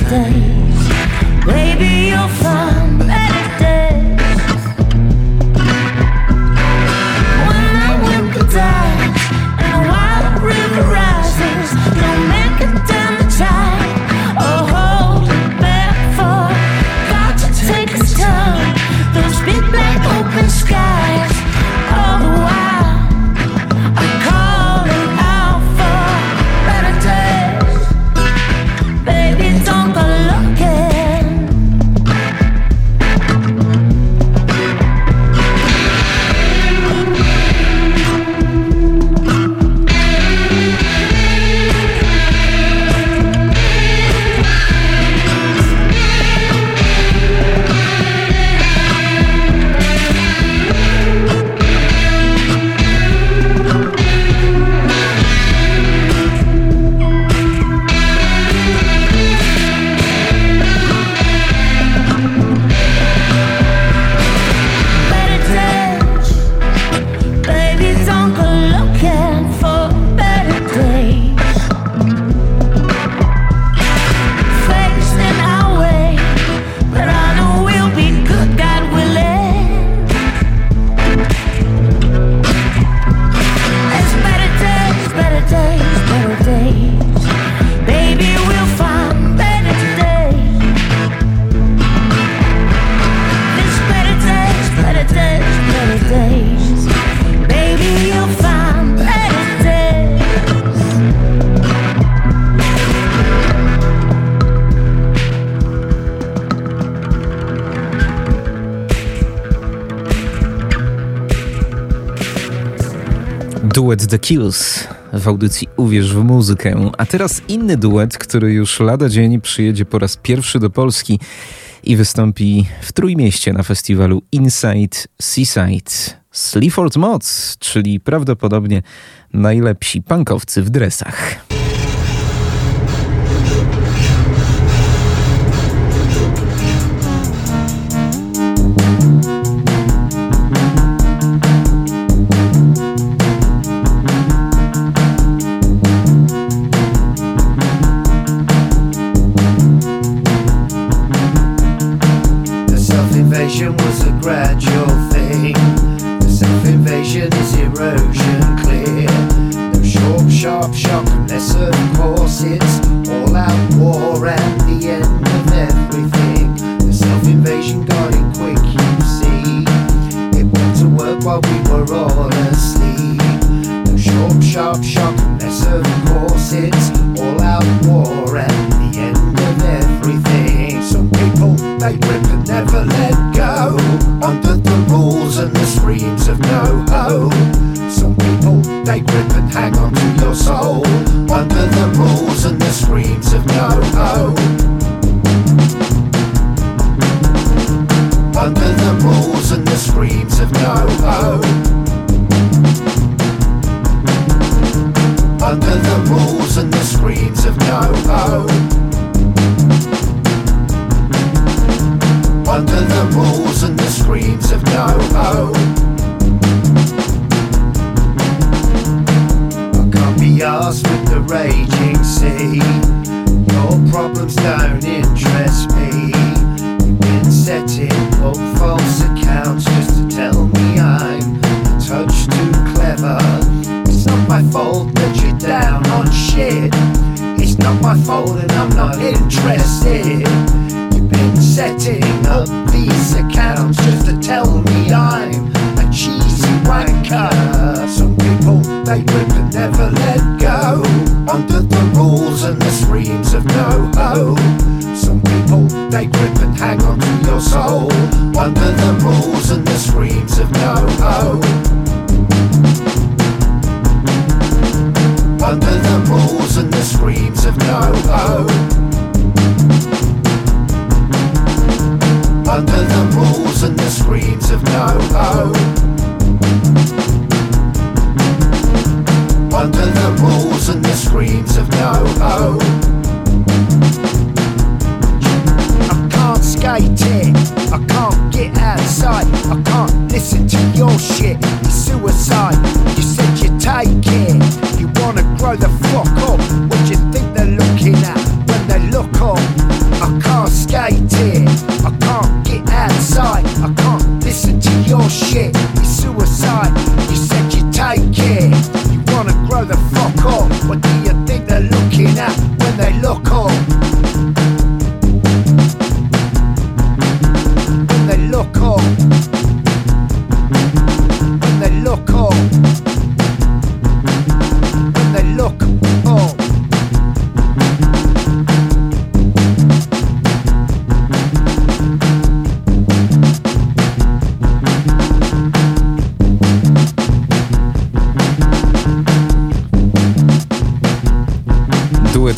days. Baby, you'll find better days. When the winter dies and the wild river rises, don't make it down the tide or hold it back for. Got to take its time. Those big black open skies. All the while I'm calling out for better days. Baby, don't go looking. Duet The Kills w audycji Uwierz w muzykę. A teraz inny duet, który już lada dzień przyjedzie po raz pierwszy do Polski i wystąpi w Trójmieście na festiwalu Inside Seaside. Sleaford Mods, czyli prawdopodobnie najlepsi punkowcy w dresach. Self-invasion was a gradual thing. The self-invasion is erosion clear. No sharp shock unless of course it's all out war and the end of everything. The self-invasion got in quick, you see. It went to work while we were all asleep. No sharp shock unless of course it's all out war and the end of everything. Some people, they grip and never let go, under the rules and the screams of no-ho. Some people, they grip and hang on to your soul, under the rules and the screams of no-ho. Under the rules and the screams of no-ho. Under the rules and the screams of no-ho. Under the rules and the screams of no-ho. I can't be arsed with the raging sea. Your problems don't interest me. You've been setting up false accounts just to tell me I'm a touch too clever. It's not my fault that you're down on shit. It's not my fault and I'm not interested. Setting up these accounts just to tell me I'm a cheesy wanker. Some people, they grip and never let go, under the rules and the screams of no-ho. Some people, they grip and hang on to your soul, under the rules and the screams of no-ho. Under the rules and the screams of no-ho. Under the rules and the screams of no-ho. Under the rules and the screams of no-ho. I can't skate it, I can't get outside, I can't listen to your shit, it's suicide. You said you take it, you wanna grow the fuck up. What do you think they're looking at when they look up? I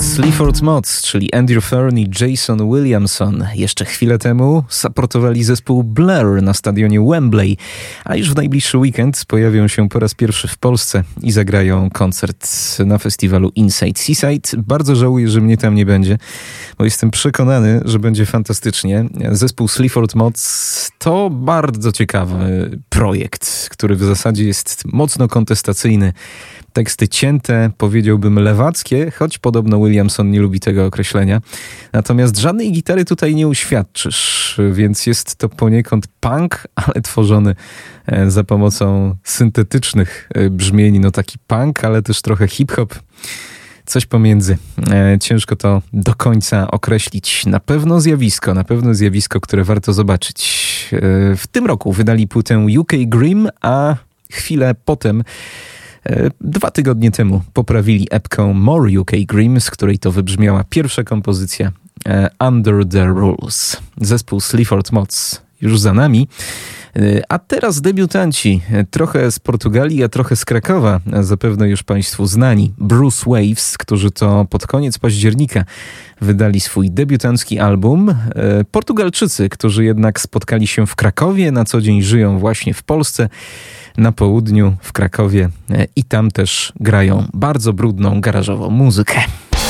Sleaford Mods, czyli Andrew Fearn i Jason Williamson. Jeszcze chwilę temu supportowali zespół Blur na stadionie Wembley, a już w najbliższy weekend pojawią się po raz pierwszy w Polsce i zagrają koncert na festiwalu Inside Seaside. Bardzo żałuję, że mnie tam nie będzie, bo jestem przekonany, że będzie fantastycznie. Zespół Sleaford Mods to bardzo ciekawy projekt, który w zasadzie jest mocno kontestacyjny. Teksty cięte, powiedziałbym lewackie, choć podobno Williamson nie lubi tego określenia. Natomiast żadnej gitary tutaj nie uświadczysz, więc jest to poniekąd punk, ale tworzony za pomocą syntetycznych brzmień. No taki punk, ale też trochę hip-hop. Coś pomiędzy. Ciężko to do końca określić. Na pewno zjawisko, które warto zobaczyć. W tym roku wydali płytę UK Grim, a chwilę potem 2 tygodnie temu poprawili epką More UK Grim, z której to wybrzmiała pierwsza kompozycja Under the Rules. Zespół Sleaford Mods już za nami. A teraz debiutanci, trochę z Portugalii, a trochę z Krakowa, zapewne już Państwu znani. Bruce Waves, którzy to pod koniec października wydali swój debiutancki album. Portugalczycy, którzy jednak spotkali się w Krakowie, na co dzień żyją właśnie w Polsce, na południu, w Krakowie i tam też grają bardzo brudną, garażową muzykę.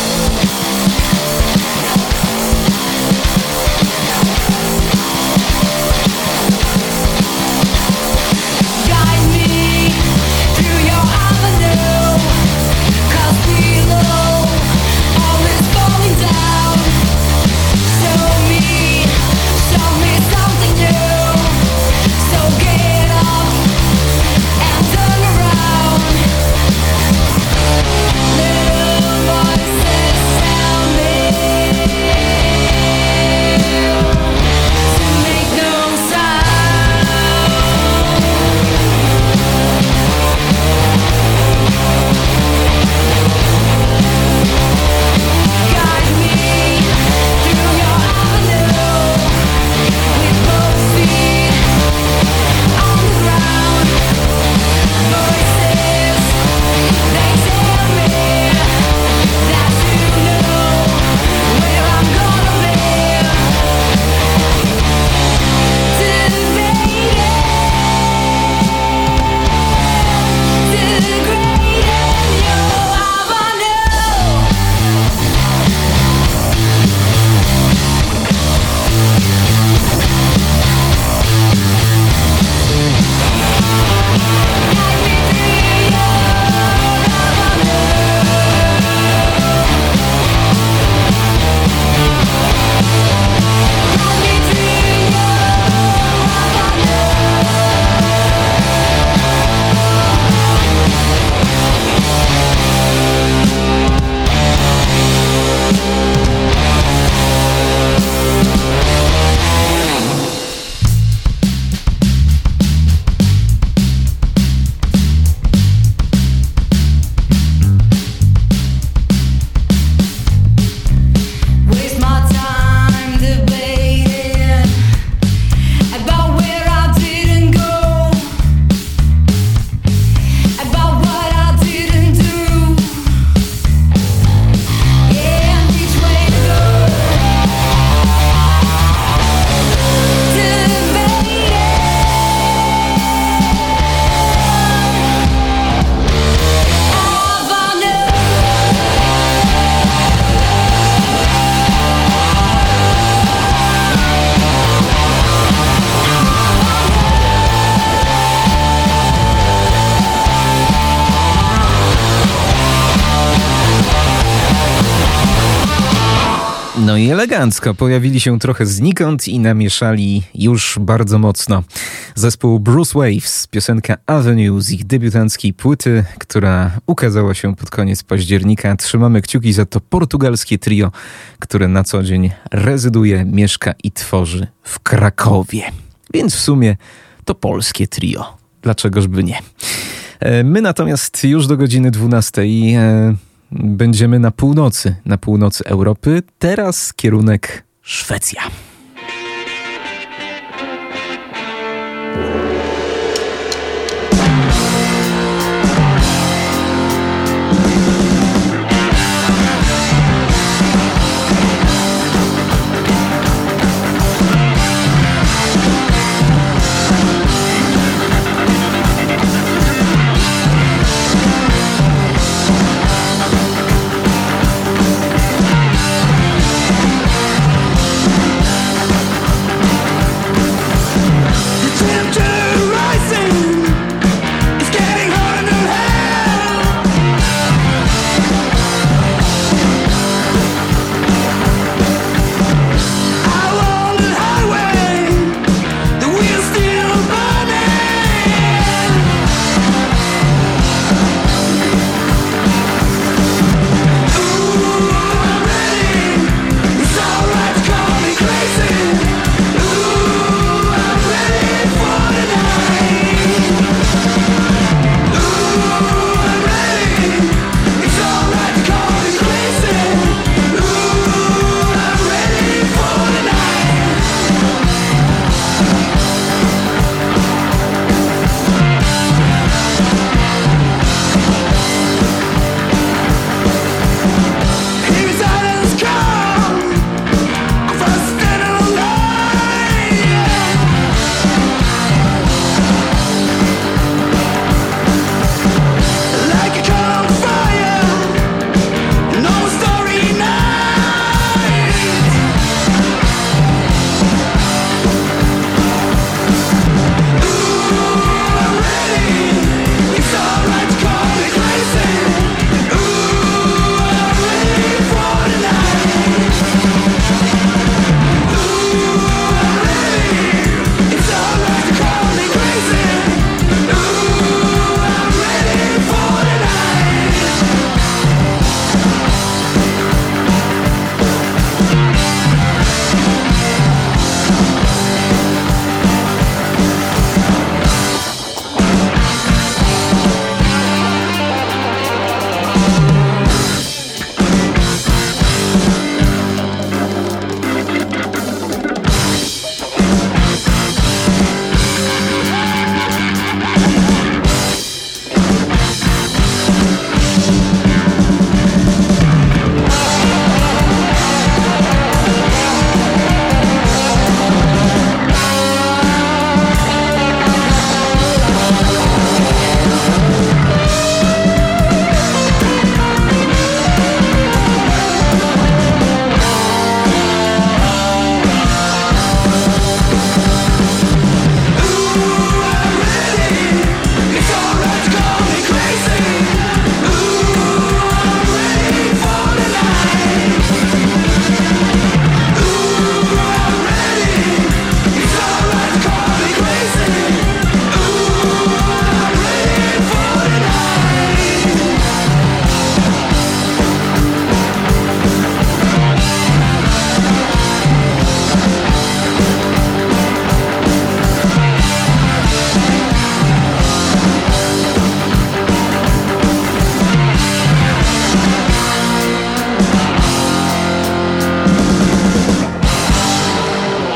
No i elegancko. Pojawili się trochę znikąd i namieszali już bardzo mocno. Zespół Bruce Waves, piosenka Avenue z ich debiutanckiej płyty, która ukazała się pod koniec października. Trzymamy kciuki za to portugalskie trio, które na co dzień rezyduje, mieszka i tworzy w Krakowie. Więc w sumie to polskie trio. Dlaczegożby nie? My natomiast już do godziny 12 będziemy na północy Europy. Teraz kierunek Szwecja.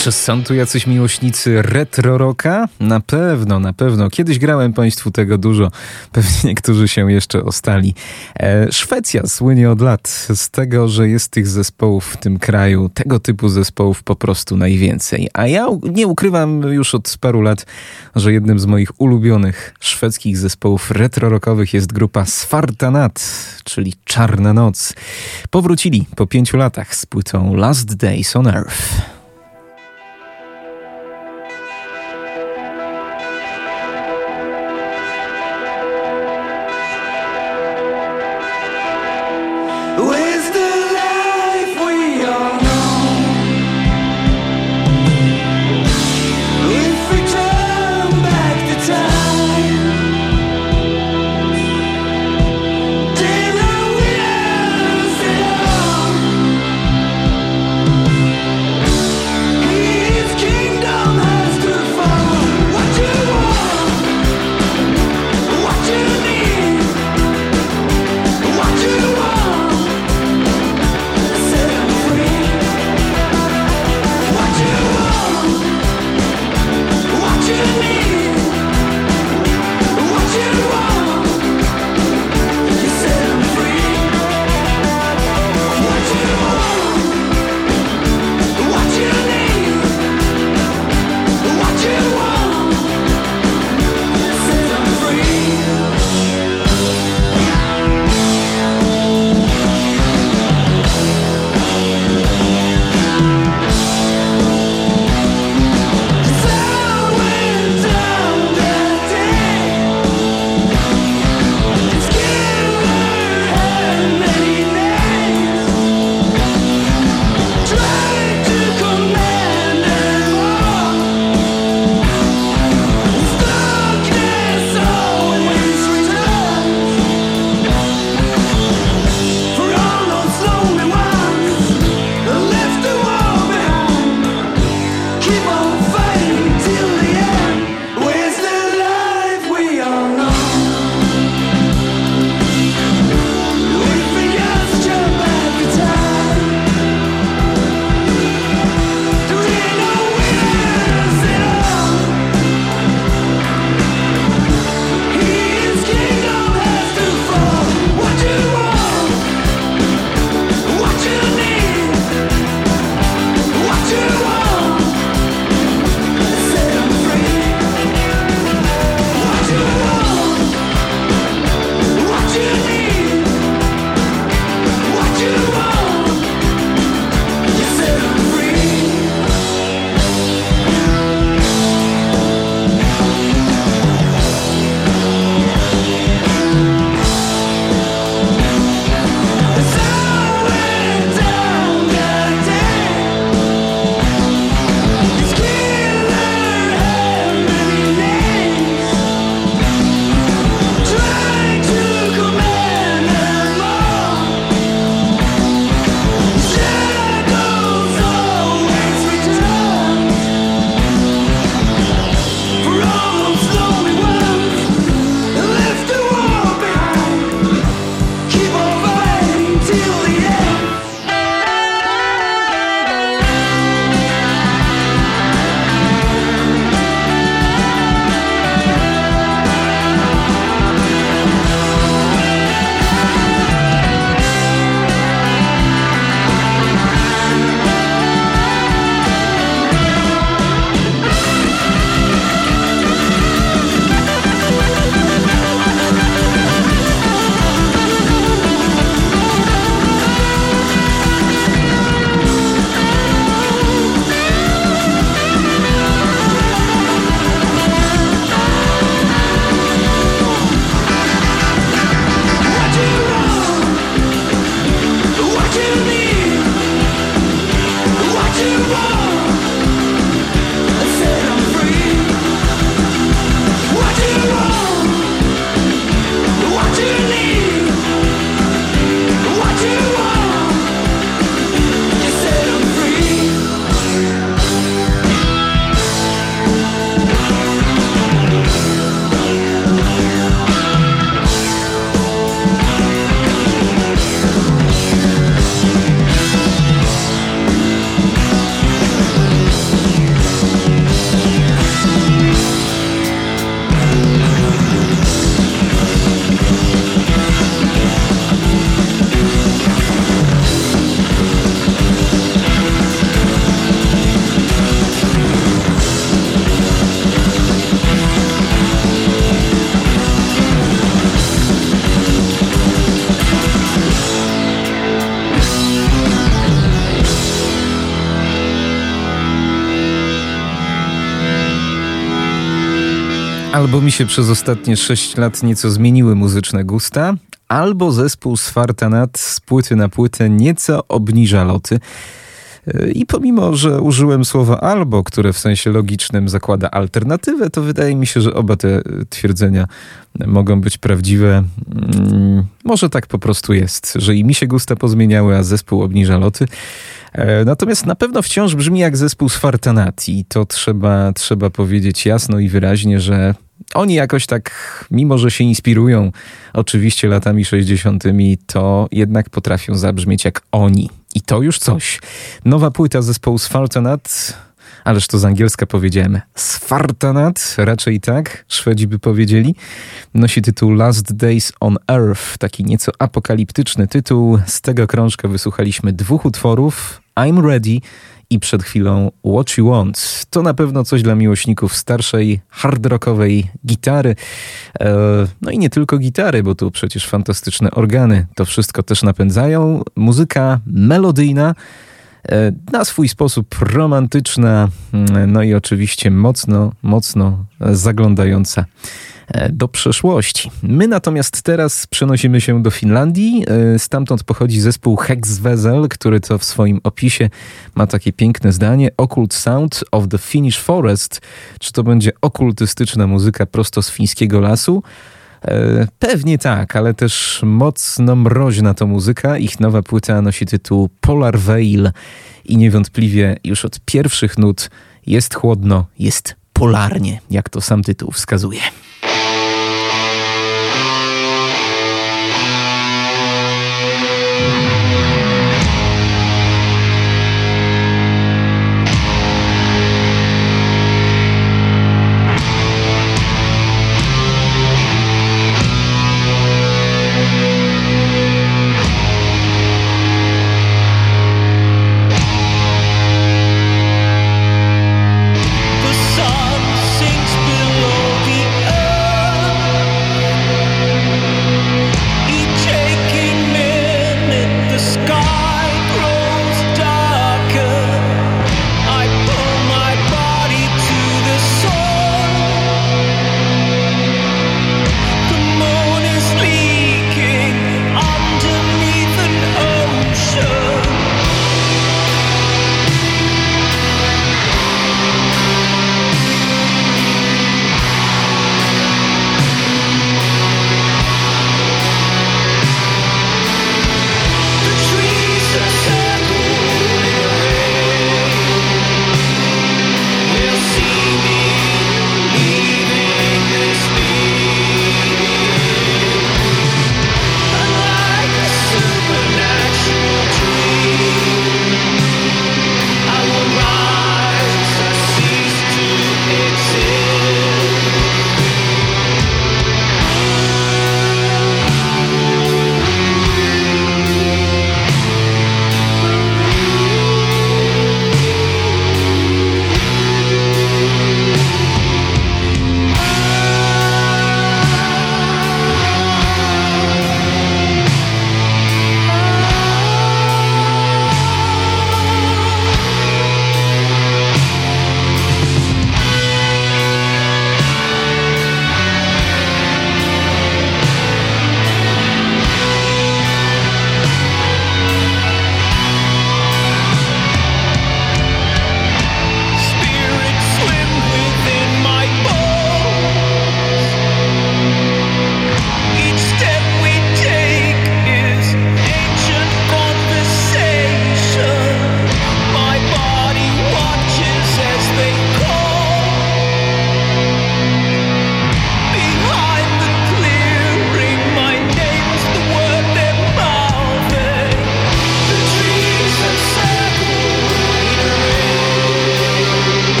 Czy są tu jacyś miłośnicy retro rocka? Na pewno. Kiedyś grałem Państwu tego dużo. Pewnie niektórzy się jeszcze ostali. Szwecja słynie od lat z tego, że jest tych zespołów w tym kraju, tego typu zespołów po prostu najwięcej. A ja nie ukrywam już od paru lat, że jednym z moich ulubionych szwedzkich zespołów retro rockowych jest grupa Svarta Natt, czyli Czarna Noc. Powrócili po 5 latach z płytą Last Days on Earth. Where's the life we all know? If we turn back the time, then I will say Albo mi się przez ostatnie 6 lat nieco zmieniły muzyczne gusta, albo zespół Svartanat z płyty na płytę nieco obniża loty. I pomimo, że użyłem słowa albo, które w sensie logicznym zakłada alternatywę, to wydaje mi się, że oba te twierdzenia mogą być prawdziwe. Może tak po prostu jest, że i mi się gusta pozmieniały, a zespół obniża loty. Natomiast na pewno wciąż brzmi jak zespół Svartanat i to trzeba powiedzieć jasno i wyraźnie, że oni jakoś tak, mimo że się inspirują oczywiście latami 60., to jednak potrafią zabrzmieć jak oni. I to już coś. Nowa płyta zespołu Svartanat, ależ to z angielska powiedziałem, Svartanat, raczej tak, Szwedzi by powiedzieli, nosi tytuł Last Days on Earth, taki nieco apokaliptyczny tytuł. Z tego krążka wysłuchaliśmy 2 utworów, I'm Ready i przed chwilą What You Want. To na pewno coś dla miłośników starszej, hard rockowej gitary. No i nie tylko gitary, bo tu przecież fantastyczne organy to wszystko też napędzają. Muzyka melodyjna, na swój sposób romantyczna, no i oczywiście mocno zaglądająca do przeszłości. My natomiast teraz przenosimy się do Finlandii. Stamtąd pochodzi zespół Hexvessel, który to w swoim opisie ma takie piękne zdanie: Occult Sound of the Finnish Forest. Czy to będzie okultystyczna muzyka prosto z fińskiego lasu? Pewnie tak, ale też mocno mroźna to muzyka. Ich nowa płyta nosi tytuł Polar Veil i niewątpliwie już od pierwszych nut jest chłodno, jest polarnie, jak to sam tytuł wskazuje. The sun sinks below the earth.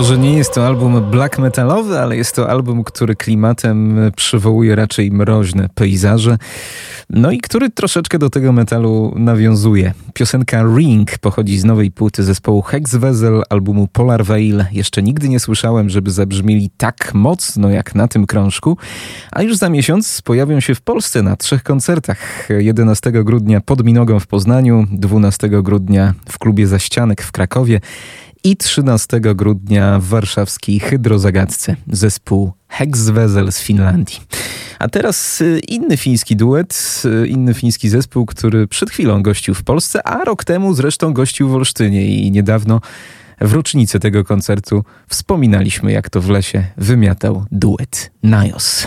Może nie jest to album black metalowy, ale jest to album, który klimatem przywołuje raczej mroźne pejzaże, no i który troszeczkę do tego metalu nawiązuje. Piosenka Ring pochodzi z nowej płyty zespołu Hexvessel, albumu Polar Veil. Jeszcze nigdy nie słyszałem, żeby zabrzmieli tak mocno jak na tym krążku, a już za miesiąc pojawią się w Polsce na 3 koncertach. 11 grudnia pod Minogą w Poznaniu, 12 grudnia w klubie Zaścianek w Krakowie i 13 grudnia w warszawskiej Hydrozagadce, zespół Hexvessel z Finlandii. A teraz inny fiński duet, inny fiński zespół, który przed chwilą gościł w Polsce, a rok temu zresztą gościł w Olsztynie i niedawno w rocznicę tego koncertu wspominaliśmy, jak to w lesie wymiatał duet Najos.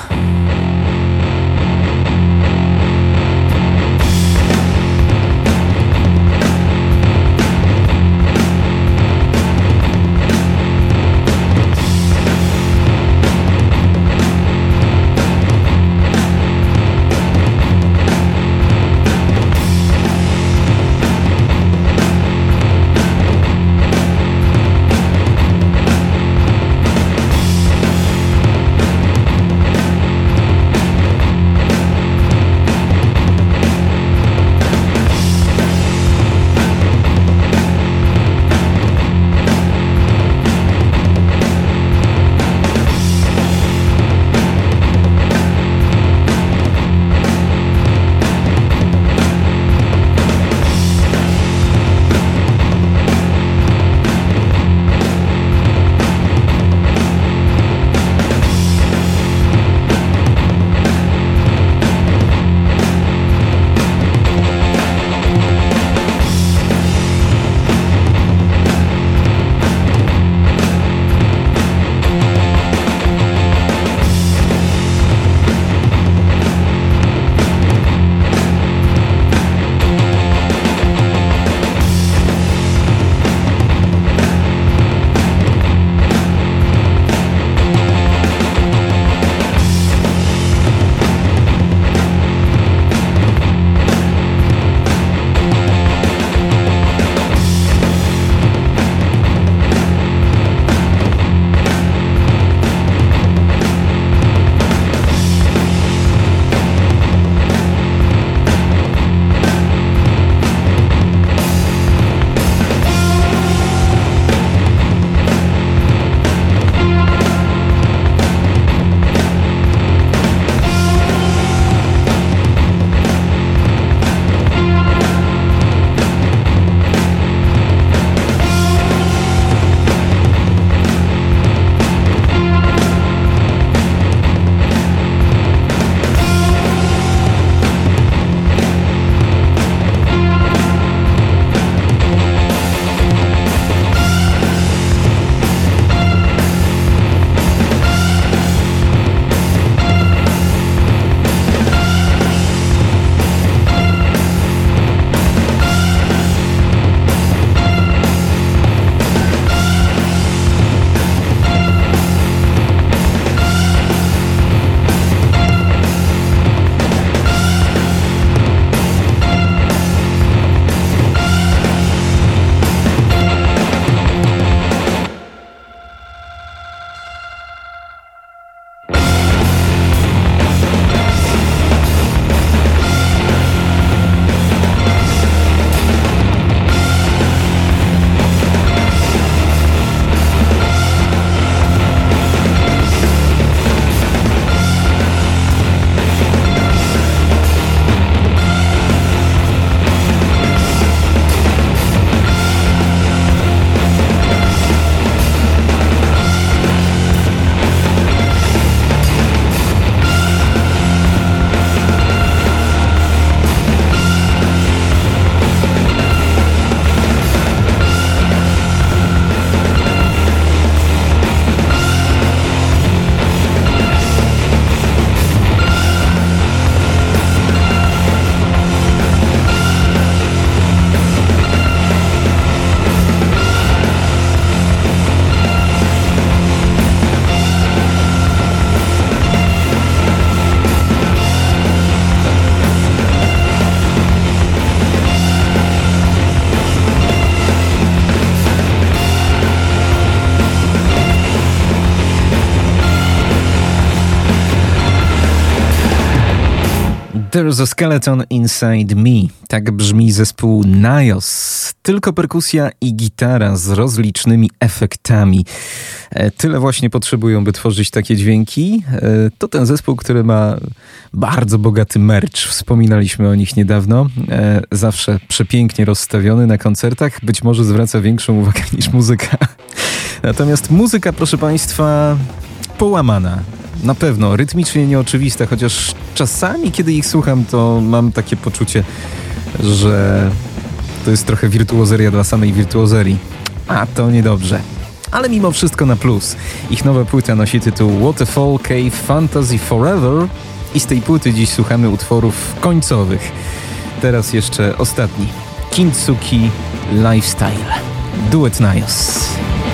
There's a skeleton inside me. Tak brzmi zespół Nios. Tylko perkusja i gitara z rozlicznymi efektami. Tyle właśnie potrzebują, by tworzyć takie dźwięki. To ten zespół, który ma bardzo bogaty merch. Wspominaliśmy o nich niedawno. Zawsze przepięknie rozstawiony na koncertach. Być może zwraca większą uwagę niż muzyka. Natomiast muzyka, proszę Państwa, połamana. Na pewno, rytmicznie nieoczywista, chociaż czasami, kiedy ich słucham, to mam takie poczucie, że to jest trochę wirtuozeria dla samej wirtuozerii. A to niedobrze. Ale mimo wszystko na plus. Ich nowa płyta nosi tytuł Waterfall Cave Fantasy Forever i z tej płyty dziś słuchamy utworów końcowych. Teraz jeszcze ostatni. Kintsugi Lifestyle. Duet Nios.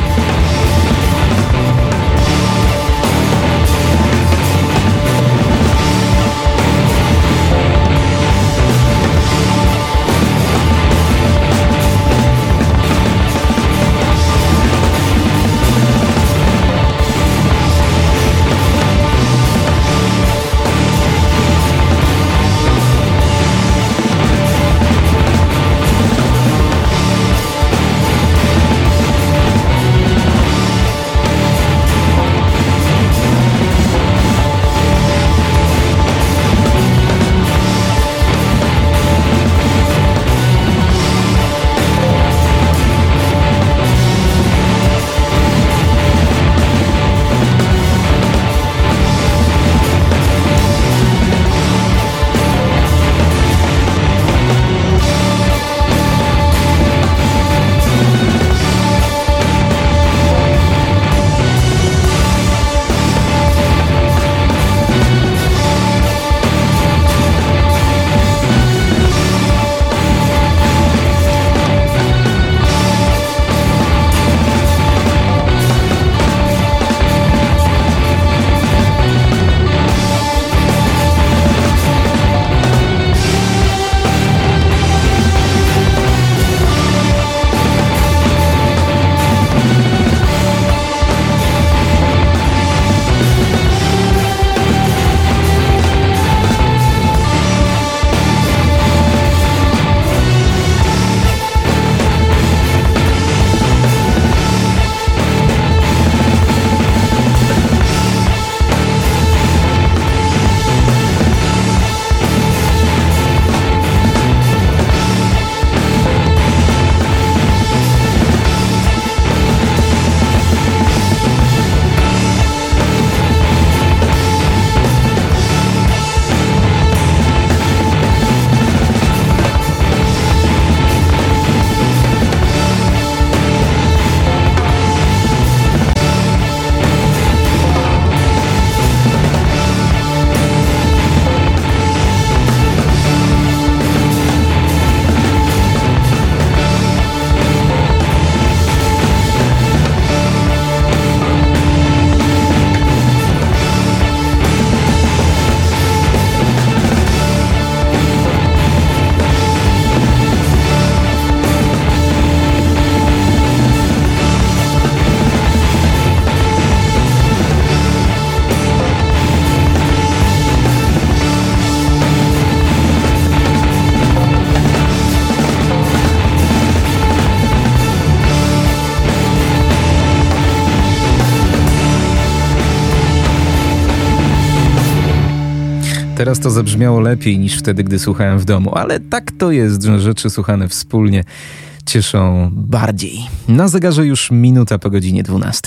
Teraz to zabrzmiało lepiej niż wtedy, gdy słuchałem w domu, ale tak to jest, że rzeczy słuchane wspólnie cieszą bardziej. Na zegarze już minuta po godzinie 12.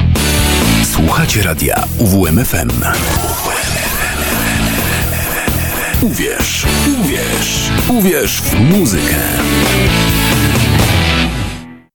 Słuchacie radia UWMFM. Uwierz w muzykę.